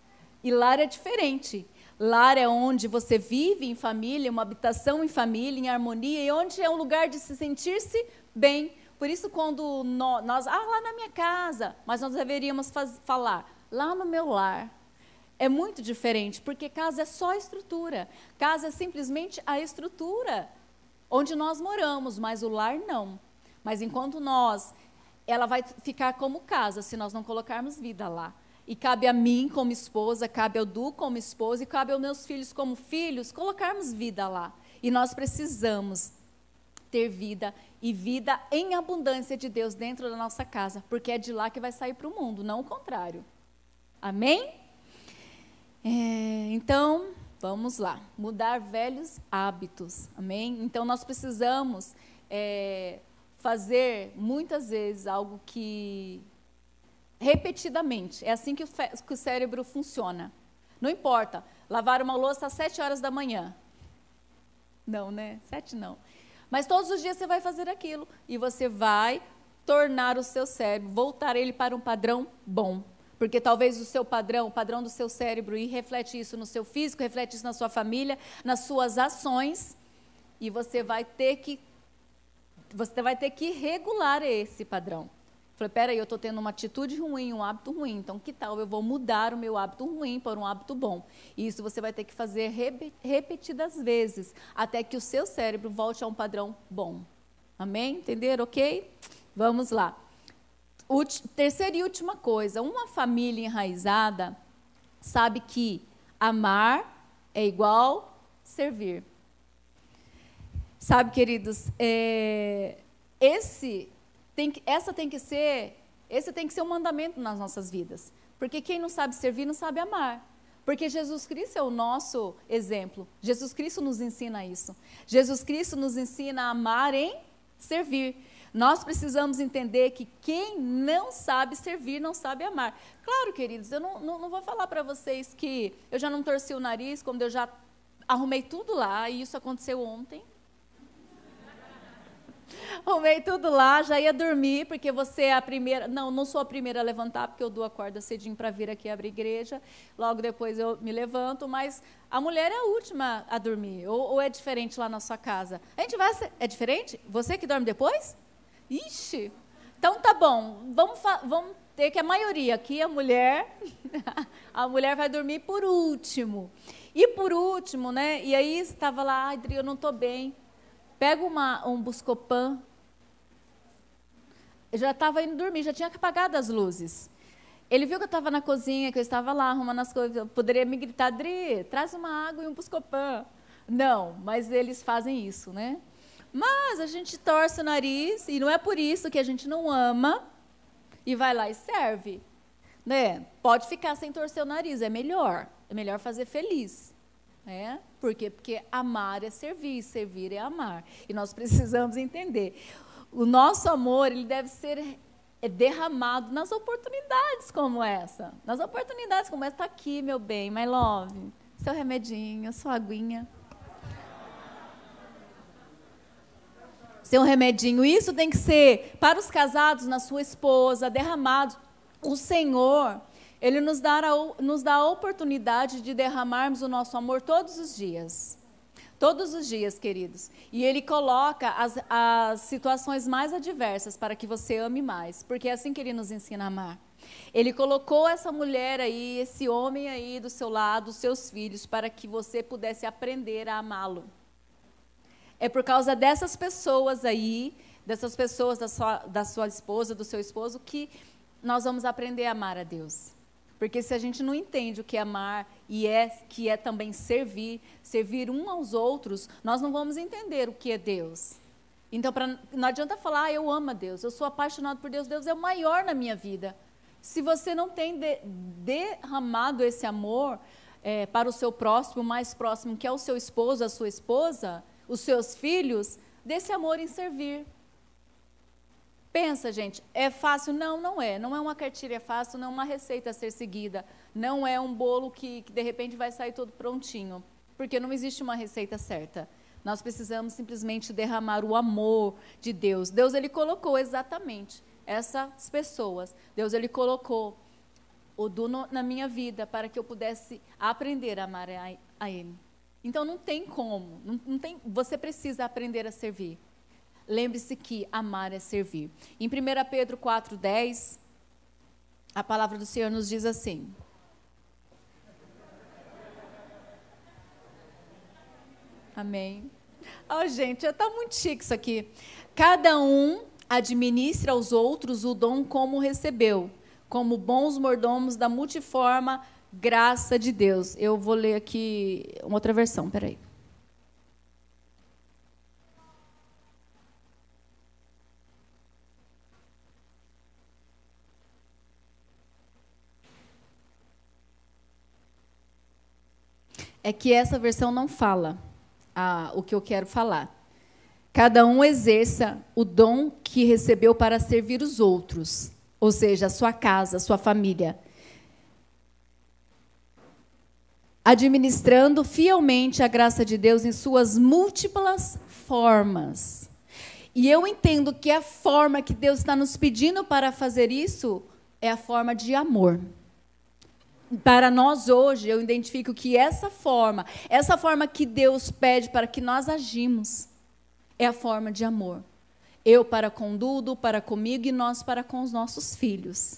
E lar é diferente. Lar é onde você vive em família, uma habitação em família, em harmonia, e onde é um lugar de se sentir-se bem. Por isso, quando nós lá na minha casa, mas nós deveríamos falar, lá no meu lar. É muito diferente, porque casa é só estrutura. Casa é simplesmente a estrutura onde nós moramos, mas o lar não. Mas enquanto ela vai ficar como casa, se nós não colocarmos vida lá. E cabe a mim como esposa, cabe ao Du como esposa, e cabe aos meus filhos como filhos, colocarmos vida lá. E nós precisamos ter vida, e vida em abundância de Deus dentro da nossa casa, porque é de lá que vai sair para o mundo, não o contrário. Amém? Então, vamos lá. Mudar velhos hábitos. Amém? Então, nós precisamos fazer, muitas vezes, algo que... repetidamente. É assim que o cérebro funciona. Não importa. Lavar uma louça às 7 horas da manhã. Não, né? 7 não. Mas todos os dias você vai fazer aquilo. E você vai tornar o seu cérebro, voltar ele para um padrão bom. Porque talvez o seu padrão, o padrão do seu cérebro, e reflete isso no seu físico, reflete isso na sua família, nas suas ações. E você vai ter que regular esse padrão. Falei, peraí, eu estou tendo uma atitude ruim, um hábito ruim, então que tal eu vou mudar o meu hábito ruim por um hábito bom? E isso você vai ter que fazer repetidas vezes, até que o seu cérebro volte a um padrão bom. Amém? Entenderam? Ok? Vamos lá. Terceira e última coisa, uma família enraizada sabe que amar é igual servir. Sabe, queridos, esse tem que ser um mandamento nas nossas vidas. Porque quem não sabe servir, não sabe amar. Porque Jesus Cristo é o nosso exemplo. Jesus Cristo nos ensina isso. Jesus Cristo nos ensina a amar em servir. Nós precisamos entender que quem não sabe servir, não sabe amar. Claro, queridos, eu não vou falar para vocês que eu já não torci o nariz, quando eu já arrumei tudo lá, e isso aconteceu ontem. Arrumei tudo lá, já ia dormir, porque você é a primeira... Não sou a primeira a levantar, porque eu dou a corda cedinho para vir aqui abrir igreja. Logo depois eu me levanto, mas a mulher é a última a dormir. Ou é diferente lá na sua casa? A gente vai... É diferente? Você que dorme depois? Ixi! Então tá bom, vamos ter que a maioria aqui, a mulher vai dormir por último. E por último, né? E aí estava lá, Adri, eu não estou bem. Pega um Buscopan. Eu já estava indo dormir, já tinha apagado as luzes. Ele viu que eu estava na cozinha, que eu estava lá arrumando as coisas. Eu poderia me gritar, Adri, traz uma água e um Buscopan. Não, mas eles fazem isso, né? Mas a gente torce o nariz, e não é por isso que a gente não ama, e vai lá e serve. Né? Pode ficar sem torcer o nariz, é melhor fazer feliz. Né? Por quê? Porque amar é servir, servir é amar. E nós precisamos entender. O nosso amor, ele deve ser derramado nas oportunidades como essa. Nas oportunidades como essa. Está aqui, meu bem, my love. Seu remedinho, sua aguinha. Seu remedinho. Isso tem que ser para os casados, na sua esposa, derramado. O Senhor... Ele nos dá a oportunidade de derramarmos o nosso amor todos os dias. Todos os dias, queridos. E Ele coloca as situações mais adversas para que você ame mais. Porque é assim que Ele nos ensina a amar. Ele colocou essa mulher aí, esse homem aí do seu lado, os seus filhos, para que você pudesse aprender a amá-lo. É por causa dessas pessoas aí, dessas pessoas da sua esposa, do seu esposo, que nós vamos aprender a amar a Deus. Porque se a gente não entende o que é amar e que é também servir um aos outros, nós não vamos entender o que é Deus. Então, não adianta falar, eu amo a Deus, eu sou apaixonado por Deus, Deus é o maior na minha vida. Se você não tem derramado esse amor para o seu próximo, o mais próximo, que é o seu esposo, a sua esposa, os seus filhos, desse amor em servir. Pensa, gente, é fácil? Não, não é. Não é uma cartilha fácil, não é uma receita a ser seguida. Não é um bolo que de repente vai sair todo prontinho. Porque não existe uma receita certa. Nós precisamos simplesmente derramar o amor de Deus. Deus, Ele colocou exatamente essas pessoas. Deus, Ele colocou Odu na minha vida para que eu pudesse aprender a amar a Ele. Então não tem como, não tem, você precisa aprender a servir. Lembre-se que amar é servir. Em 1 Pedro 4,10, a palavra do Senhor nos diz assim: amém. Oh, gente, está muito chique isso aqui. Cada um administra aos outros o dom como recebeu, como bons mordomos da multiforme graça de Deus. Eu vou ler aqui uma outra versão, peraí. É que essa versão não fala o que eu quero falar. Cada um exerça o dom que recebeu para servir os outros, ou seja, a sua casa, a sua família, administrando fielmente a graça de Deus em suas múltiplas formas. E eu entendo que a forma que Deus está nos pedindo para fazer isso é a forma de amor. Para nós hoje, eu identifico que essa forma que Deus pede para que nós agimos, é a forma de amor. Eu para com Dudu, para comigo, e nós para com os nossos filhos.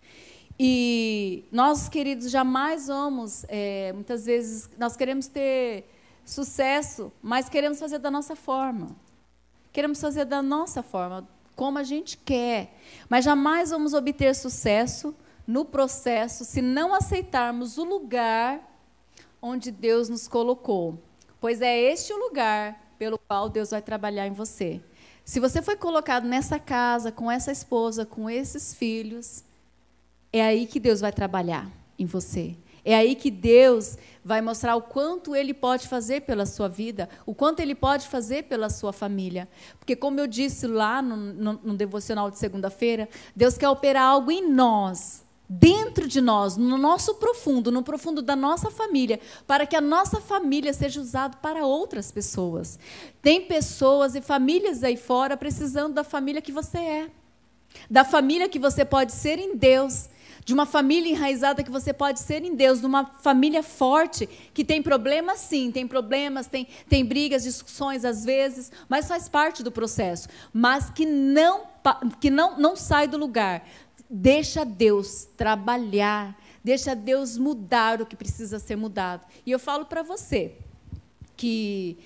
E nós, queridos, jamais vamos, muitas vezes, nós queremos ter sucesso, mas queremos fazer da nossa forma. Queremos fazer da nossa forma, como a gente quer. Mas jamais vamos obter sucesso no processo se não aceitarmos o lugar onde Deus nos colocou. Pois é este o lugar pelo qual Deus vai trabalhar em você. Se você foi colocado nessa casa, com essa esposa, com esses filhos, é aí que Deus vai trabalhar em você. É aí que Deus vai mostrar o quanto Ele pode fazer pela sua vida, o quanto Ele pode fazer pela sua família. Porque, como eu disse lá no devocional de segunda-feira, Deus quer operar algo em nós, dentro de nós, no nosso profundo, no profundo da nossa família, para que a nossa família seja usada para outras pessoas. Tem pessoas e famílias aí fora precisando da família que você é, da família que você pode ser em Deus, de uma família enraizada que você pode ser em Deus, de uma família forte, que tem problemas, sim, tem problemas, tem brigas, discussões às vezes, mas faz parte do processo, mas que não sai do lugar. Deixa Deus trabalhar, deixa Deus mudar o que precisa ser mudado. E eu falo para você que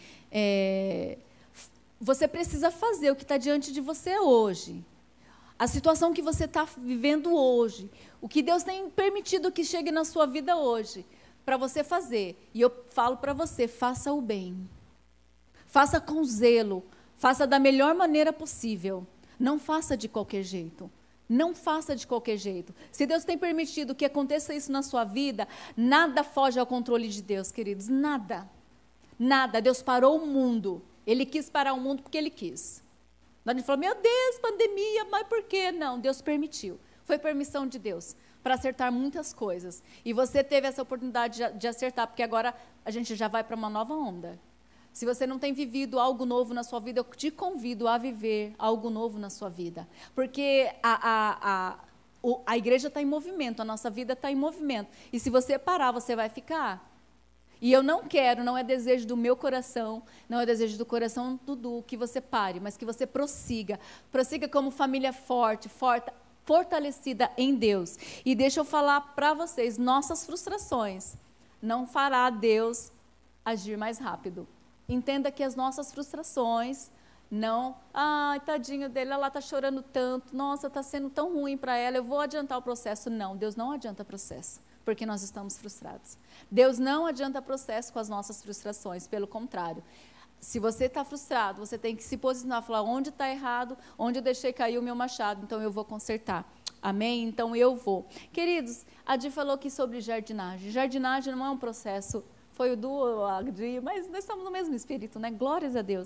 você precisa fazer o que está diante de você hoje. A situação que você está vivendo hoje, o que Deus tem permitido que chegue na sua vida hoje, para você fazer. E eu falo para você, faça o bem. Faça com zelo, faça da melhor maneira possível. Não faça de qualquer jeito. Não faça de qualquer jeito. Se Deus tem permitido que aconteça isso na sua vida, nada foge ao controle de Deus, queridos. Nada. Nada. Deus parou o mundo. Ele quis parar o mundo porque Ele quis. A gente falou, meu Deus, pandemia, mas por quê? Não, Deus permitiu. Foi permissão de Deus para acertar muitas coisas. E você teve essa oportunidade de acertar, porque agora a gente já vai para uma nova onda. Se você não tem vivido algo novo na sua vida, eu te convido a viver algo novo na sua vida. Porque a igreja está em movimento, a nossa vida está em movimento. E se você parar, você vai ficar. E eu não quero, não é desejo do meu coração, não é desejo do coração do Dudu, que você pare, mas que você prossiga. Prossiga como família forte, fortalecida em Deus. E deixa eu falar para vocês, nossas frustrações não fará Deus agir mais rápido. Entenda que as nossas frustrações não... Ai, tadinho dele, ela está chorando tanto. Nossa, está sendo tão ruim para ela, eu vou adiantar o processo. Não, Deus não adianta processo, porque nós estamos frustrados. Deus não adianta processo com as nossas frustrações, pelo contrário. Se você está frustrado, você tem que se posicionar, falar onde está errado, onde eu deixei cair o meu machado, então eu vou consertar. Amém? Então eu vou. Queridos, a Di falou aqui sobre jardinagem. Jardinagem não é um processo... Foi o do Agri, mas nós estamos no mesmo espírito, né? Glórias a Deus.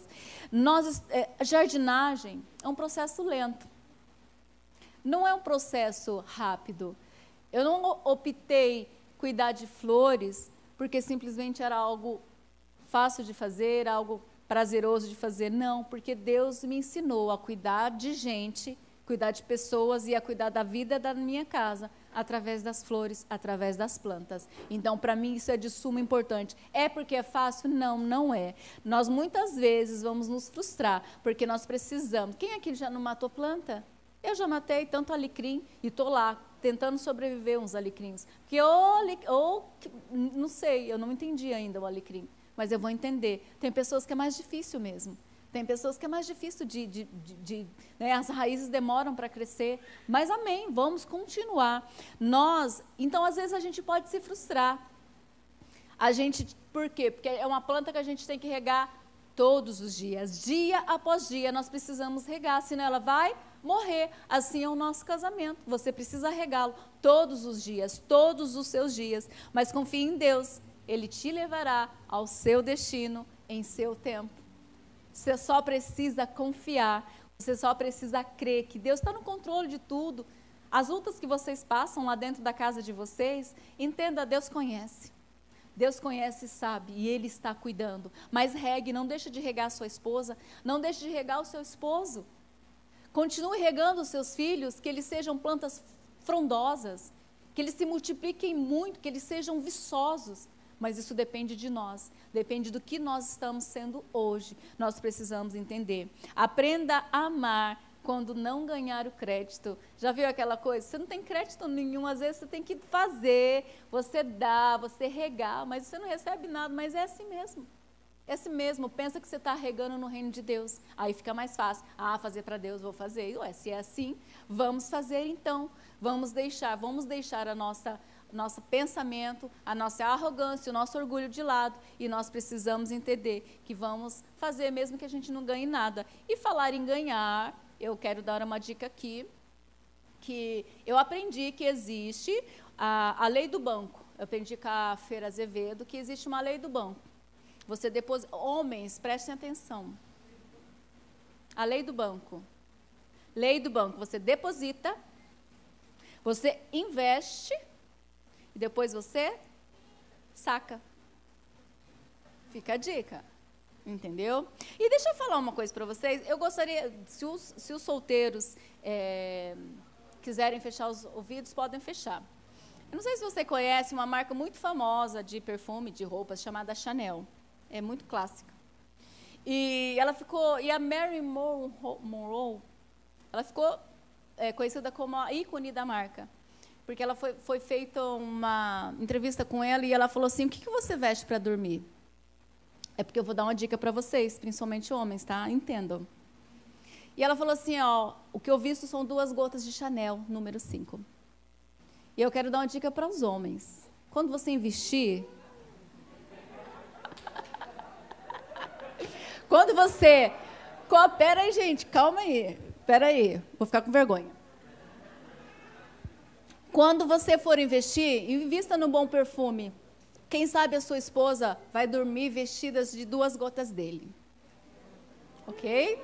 Jardinagem é um processo lento. Não é um processo rápido. Eu não optei cuidar de flores porque simplesmente era algo fácil de fazer, algo prazeroso de fazer. Não, porque Deus me ensinou a cuidar de gente, cuidar de pessoas e a cuidar da vida da minha casa através das flores, através das plantas. Então, para mim, isso é de suma importância. É porque é fácil? Não, não é. Nós, muitas vezes, vamos nos frustrar, porque nós precisamos. Quem aqui já não matou planta? Eu já matei tanto alecrim e estou lá, tentando sobreviver uns alecrins. Porque não sei, eu não entendi ainda o alecrim, mas eu vou entender. Tem pessoas que é mais difícil mesmo. Tem pessoas que é mais difícil né, as raízes demoram para crescer, mas amém, vamos continuar. Então, às vezes a gente pode se frustrar. Por quê? Porque é uma planta que a gente tem que regar todos os dias, dia após dia, nós precisamos regar, senão ela vai morrer. Assim é o nosso casamento, você precisa regá-lo todos os dias, todos os seus dias, mas confie em Deus, Ele te levará ao seu destino em seu tempo. Você só precisa confiar, você só precisa crer que Deus está no controle de tudo. As lutas que vocês passam lá dentro da casa de vocês, entenda, Deus conhece. Deus conhece e sabe, e Ele está cuidando. Mas regue, não deixe de regar a sua esposa, não deixe de regar o seu esposo. Continue regando os seus filhos, que eles sejam plantas frondosas, que eles se multipliquem muito, que eles sejam viçosos. Mas isso depende de nós, depende do que nós estamos sendo hoje. Nós precisamos entender. Aprenda a amar quando não ganhar o crédito. Já viu aquela coisa? Você não tem crédito nenhum, às vezes você tem que fazer, você dá, você regar, mas você não recebe nada, mas é assim mesmo. É assim mesmo, pensa que você está regando no reino de Deus. Aí fica mais fácil. Fazer para Deus, vou fazer. Ué, se é assim, vamos fazer então. Vamos deixar nosso pensamento, a nossa arrogância, o nosso orgulho de lado, e nós precisamos entender que vamos fazer mesmo que a gente não ganhe nada. E falar em ganhar, eu quero dar uma dica aqui, que eu aprendi que existe a lei do banco. Eu aprendi com a Feira Azevedo que existe uma lei do banco. Você deposita, homens, prestem atenção. A lei do banco. Lei do banco, você deposita, você investe, e depois você saca. Fica a dica. Entendeu? E deixa eu falar uma coisa para vocês. Eu gostaria, se os solteiros quiserem fechar os ouvidos, podem fechar. Eu não sei se você conhece uma marca muito famosa de perfume, de roupas, chamada Chanel. É muito clássica. E a Marilyn Monroe, ela ficou conhecida como a ícone da marca. Porque ela foi feita uma entrevista com ela e ela falou assim: o que você veste para dormir? É porque eu vou dar uma dica para vocês, principalmente homens, tá? Entendam. E ela falou assim, o que eu visto são 2 gotas de Chanel, número 5. E eu quero dar uma dica para os homens. Quando você investir... Quando você... Pera aí, gente, calma aí. Pera aí, vou ficar com vergonha. Quando você for investir, invista no bom perfume. Quem sabe a sua esposa vai dormir vestida de 2 gotas dele. Ok?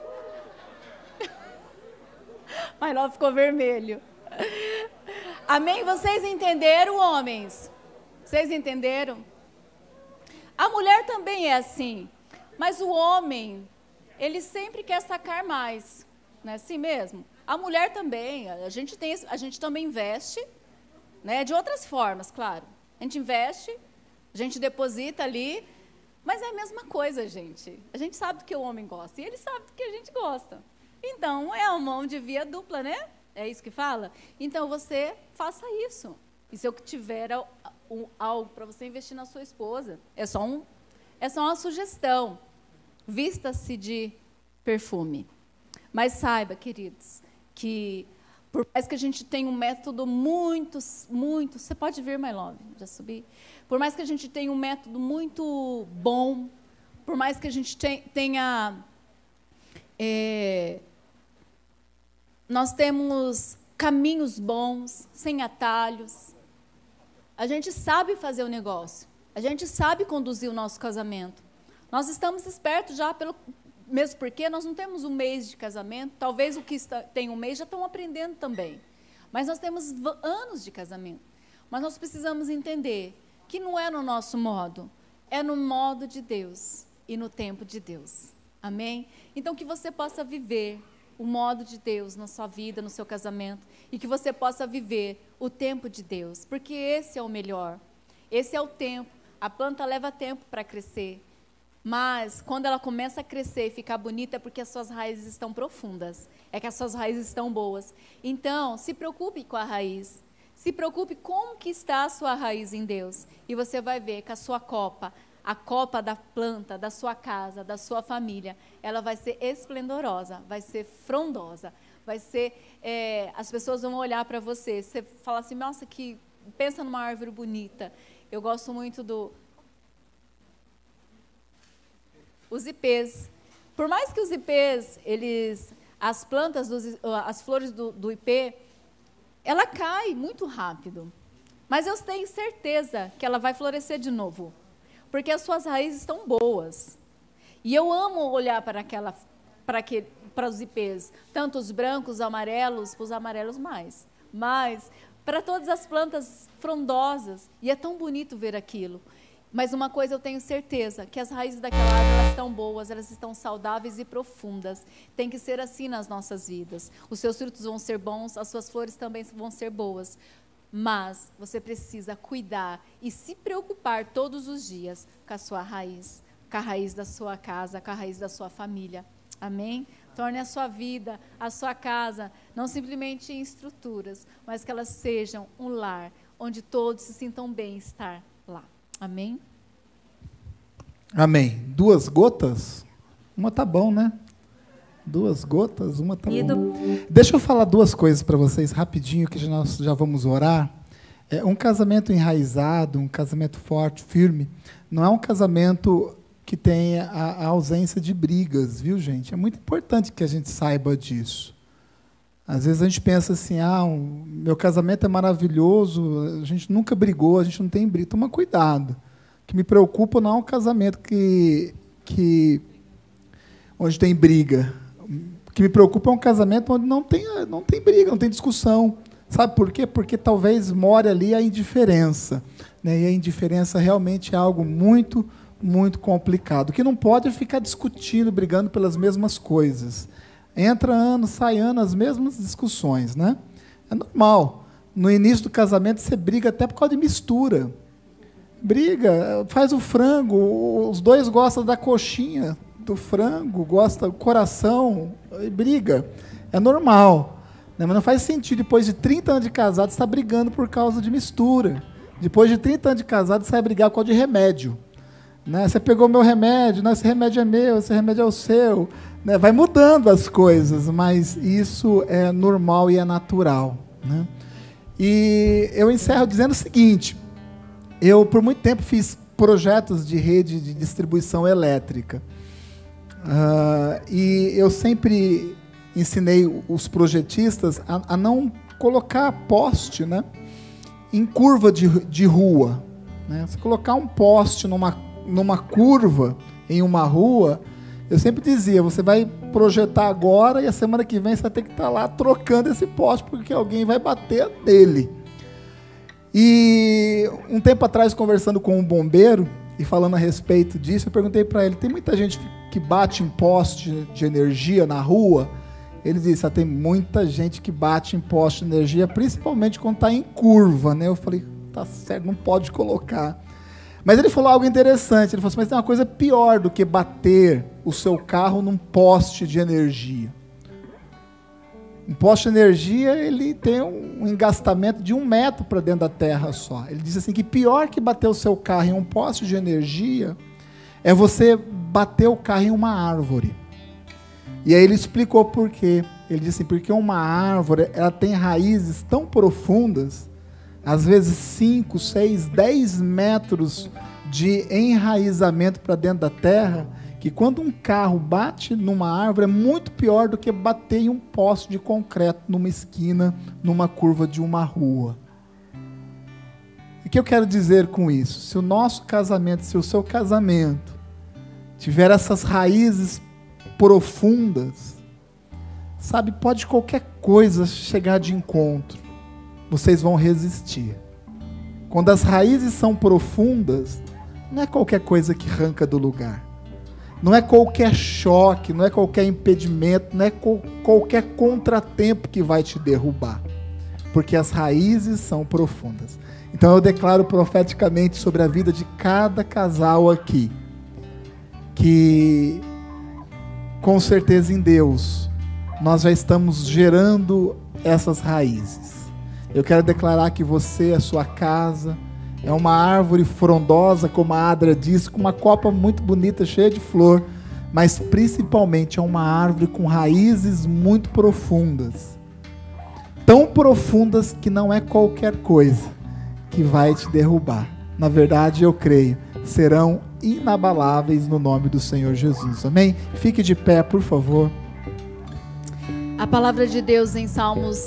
Mas não ficou vermelho. Amém? Vocês entenderam, homens? Vocês entenderam? A mulher também é assim. Mas o homem, ele sempre quer sacar mais. Não é assim mesmo? A mulher também. A gente também investe, né, de outras formas, claro. A gente investe, a gente deposita ali, mas é a mesma coisa, gente. A gente sabe do que o homem gosta e ele sabe do que a gente gosta. Então, é uma mão de via dupla, né? É isso que fala? Então, você faça isso. E se eu tiver algo para você investir na sua esposa, é só uma sugestão. Vista-se de perfume. Mas saiba, queridos, que por mais que a gente tenha um método muito... Você pode vir, my love, já subi. Por mais que a gente tenha um método muito bom, por mais que a gente tenha... nós temos caminhos bons, sem atalhos. A gente sabe fazer o negócio. A gente sabe conduzir o nosso casamento. Nós estamos espertos já, mesmo porque nós não temos um mês de casamento. Talvez o que tem um mês já estão aprendendo também. Mas nós temos anos de casamento. Mas nós precisamos entender que não é no nosso modo, é no modo de Deus e no tempo de Deus. Amém? Então, que você possa viver o modo de Deus na sua vida, no seu casamento, e que você possa viver o tempo de Deus, porque esse é o melhor, esse é o tempo. A planta leva tempo para crescer, mas quando ela começa a crescer e ficar bonita é porque as suas raízes estão profundas, é que as suas raízes estão boas. Então, se preocupe com a raiz, se preocupe como que está a sua raiz em Deus, e você vai ver que a sua copa, a copa da planta, da sua casa, da sua família, ela vai ser esplendorosa, vai ser frondosa, vai ser, as pessoas vão olhar para você, você fala assim, nossa, pensa numa árvore bonita. Eu gosto muito os ipês. Por mais que os ipês, as plantas, as flores do ipê, ela cai muito rápido, mas eu tenho certeza que ela vai florescer de novo, porque as suas raízes estão boas. E eu amo olhar para os ipês, tanto os brancos, amarelos, os amarelos mais, mas para todas as plantas frondosas, e é tão bonito ver aquilo. Mas uma coisa eu tenho certeza, que as raízes daquela árvore, elas estão boas, elas estão saudáveis e profundas. Tem que ser assim nas nossas vidas. Os seus frutos vão ser bons, as suas flores também vão ser boas. Mas você precisa cuidar e se preocupar todos os dias com a sua raiz, com a raiz da sua casa, com a raiz da sua família. Amém? Torne a sua vida, a sua casa, não simplesmente em estruturas, mas que elas sejam um lar, onde todos se sintam bem estar lá. Amém? Amém. 2 gotas? Uma tá bom, né? 2 gotas, uma tá bom. Deixa eu falar 2 coisas para vocês rapidinho, que nós já vamos orar. Um casamento enraizado, um casamento forte, firme, não é um casamento que tenha a ausência de brigas, viu, gente? É muito importante que a gente saiba disso. Às vezes a gente pensa assim, meu casamento é maravilhoso, a gente nunca brigou, a gente não tem briga. Toma cuidado. O que me preocupa não é um casamento onde tem briga. O que me preocupa é um casamento onde não tem briga, não tem discussão. Sabe por quê? Porque talvez more ali a indiferença, né? E a indiferença realmente é algo muito, muito complicado. O que não pode é ficar discutindo, brigando pelas mesmas coisas. Entra ano, sai ano, as mesmas discussões, né? É normal. No início do casamento, você briga até por causa de mistura. Briga, faz o frango, os dois gostam da coxinha do frango, gostam do coração, e briga. É normal. Né? Mas não faz sentido, depois de 30 anos de casado, você está brigando por causa de mistura. Depois de 30 anos de casado, você vai brigar por causa de remédio. Né? Você pegou meu remédio, não, esse remédio é meu, esse remédio é o seu. Né? Vai mudando as coisas, mas isso é normal e é natural. Né? E eu encerro dizendo o seguinte, eu por muito tempo fiz projetos de rede de distribuição elétrica. E eu sempre ensinei os projetistas a não colocar poste, né, em curva de rua. Né? Se colocar um poste numa curva, em uma rua, eu sempre dizia, você vai projetar agora e a semana que vem você vai ter que estar lá trocando esse poste, porque alguém vai bater nele. E um tempo atrás, conversando com um bombeiro, e falando a respeito disso, eu perguntei para ele, tem muita gente que bate em poste de energia na rua? Ele disse, tem muita gente que bate em poste de energia, principalmente quando está em curva, né? Eu falei, tá certo, não pode colocar. Mas ele falou algo interessante, ele falou assim, mas tem uma coisa pior do que bater o seu carro num poste de energia. Um poste de energia, ele tem um engastamento de 1 metro para dentro da terra só. Ele diz assim, que pior que bater o seu carro em um poste de energia, é você bater o carro em uma árvore. E aí ele explicou por quê. Ele disse assim, porque uma árvore, ela tem raízes tão profundas, às vezes 5, 6, 10 metros de enraizamento para dentro da terra, que quando um carro bate numa árvore, é muito pior do que bater em um poste de concreto numa esquina, numa curva de uma rua. O que eu quero dizer com isso? Se o nosso casamento, se o seu casamento tiver essas raízes profundas, sabe, pode qualquer coisa chegar de encontro, vocês vão resistir. Quando as raízes são profundas, não é qualquer coisa que arranca do lugar. Não é qualquer choque, não é qualquer impedimento, não é qualquer contratempo que vai te derrubar, porque as raízes são profundas. Então eu declaro profeticamente sobre a vida de cada casal aqui, que com certeza em Deus nós já estamos gerando essas raízes. Eu quero declarar que você, a sua casa, é uma árvore frondosa, como a Adra disse, com uma copa muito bonita, cheia de flor, mas principalmente é uma árvore com raízes muito profundas. Tão profundas que não é qualquer coisa que vai te derrubar. Na verdade, eu creio, serão inabaláveis no nome do Senhor Jesus. Amém? Fique de pé, por favor. A palavra de Deus em Salmos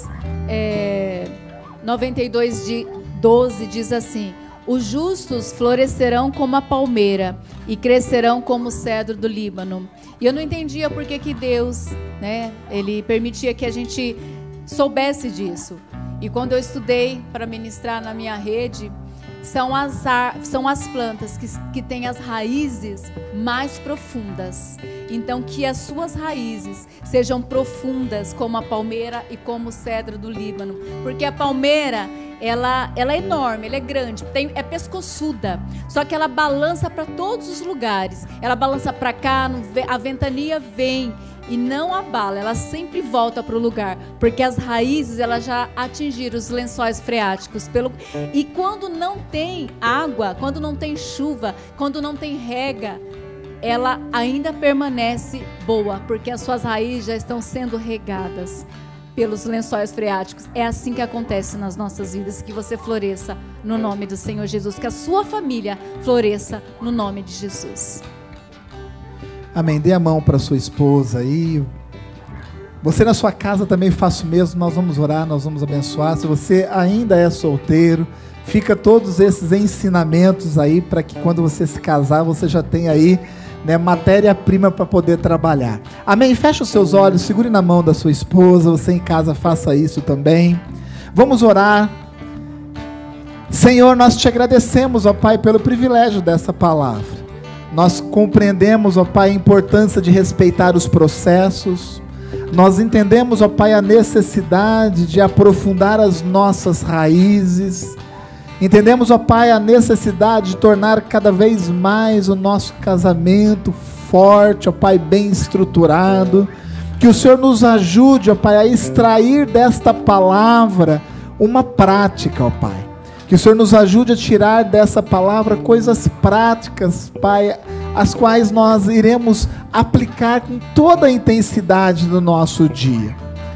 92:12 diz assim: os justos florescerão como a palmeira e crescerão como o cedro do Líbano. E eu não entendia por que Deus, Ele permitia que a gente soubesse disso. E quando eu estudei para ministrar na minha rede, são as plantas que têm as raízes mais profundas. Então, que as suas raízes sejam profundas como a palmeira e como o cedro do Líbano. Porque a palmeira, ela é enorme, ela é grande, é pescoçuda. Só que ela balança para todos os lugares. Ela balança para cá, a ventania vem e não abala, ela sempre volta para o lugar, porque as raízes elas já atingiram os lençóis freáticos. E quando não tem água, quando não tem chuva, quando não tem rega, ela ainda permanece boa, porque as suas raízes já estão sendo regadas pelos lençóis freáticos. É assim que acontece nas nossas vidas. Que você floresça no nome do Senhor Jesus, que a sua família floresça no nome de Jesus. Amém. Dê a mão para sua esposa aí. Você na sua casa também faça o mesmo. Nós vamos orar, nós vamos abençoar. Se você ainda é solteiro, fica todos esses ensinamentos aí para que quando você se casar, você já tenha aí, matéria-prima para poder trabalhar. Amém? Feche os seus olhos, segure na mão da sua esposa. Você em casa faça isso também. Vamos orar. Senhor, nós te agradecemos, ó Pai, pelo privilégio dessa palavra. Nós compreendemos, ó Pai, a importância de respeitar os processos. Nós entendemos, ó Pai, a necessidade de aprofundar as nossas raízes. Entendemos, ó Pai, a necessidade de tornar cada vez mais o nosso casamento forte, ó Pai, bem estruturado. Que o Senhor nos ajude, ó Pai, a extrair desta palavra uma prática, ó Pai. Que o Senhor nos ajude a tirar dessa palavra coisas práticas, Pai, as quais nós iremos aplicar com toda a intensidade no nosso dia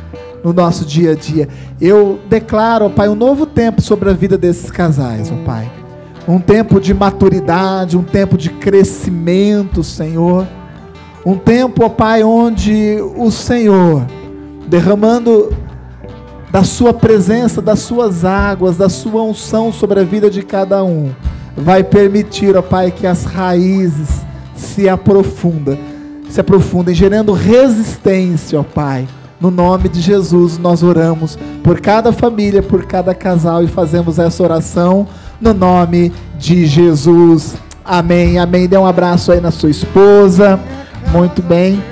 a dia. Eu declaro, ó Pai, um novo tempo sobre a vida desses casais, ó Pai. Um tempo de maturidade, um tempo de crescimento, Senhor. Um tempo, ó Pai, onde o Senhor, derramando da sua presença, das suas águas, da sua unção sobre a vida de cada um, vai permitir, ó Pai, que as raízes se aprofundem, gerando resistência, ó Pai. No nome de Jesus nós oramos por cada família, por cada casal, e fazemos essa oração no nome de Jesus. Amém, amém. Dê um abraço aí na sua esposa. Muito bem.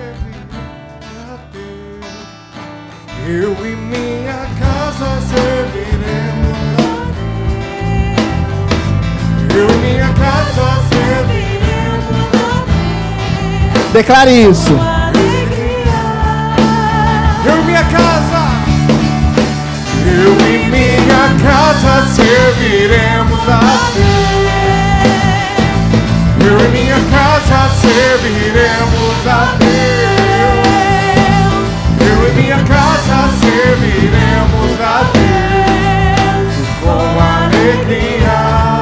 Eu e minha casa serviremos a Deus. Eu e minha casa serviremos a Deus. Declare isso. Eu e minha casa serviremos a Deus. Eu e minha casa serviremos a Deus. Eu e minha casa serviremos a Deus com alegria.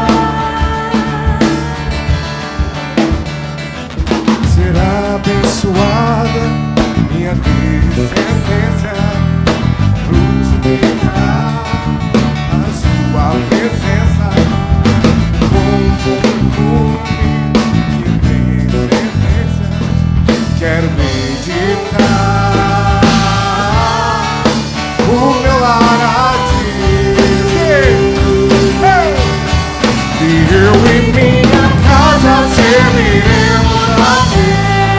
Será abençoada minha descendência, frutificará a sua presença com perfume e descendência. Quero meditar o meu lar a Deus. E eu e minha casa serviremos a Deus.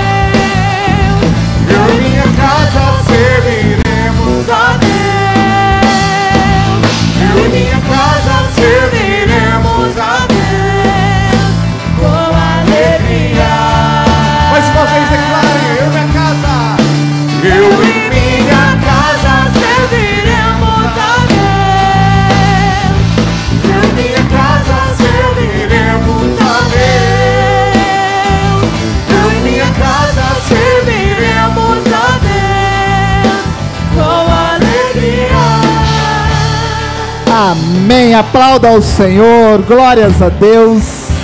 Amém. Aplauda ao Senhor. Glórias a Deus.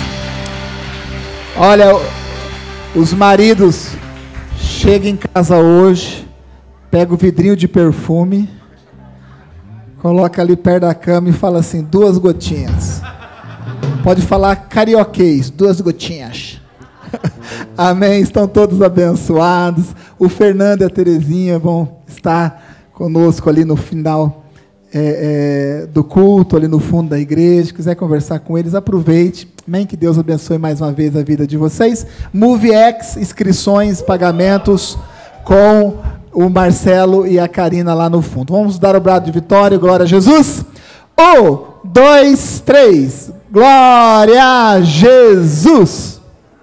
Olha, os maridos chegam em casa hoje, pega o vidrinho de perfume, coloca ali perto da cama e fala assim: 2 gotinhas. Pode falar carioquês, 2 gotinhas. Amém. Estão todos abençoados. O Fernando e a Terezinha vão estar conosco ali no final do culto, ali no fundo da igreja. Se quiser conversar com eles, aproveite. Amém. Que Deus abençoe mais uma vez a vida de vocês. MoveX, inscrições, pagamentos com o Marcelo e a Karina lá no fundo. Vamos dar o brado de vitória. Glória a Jesus. 1, 2, 3. Glória a Jesus.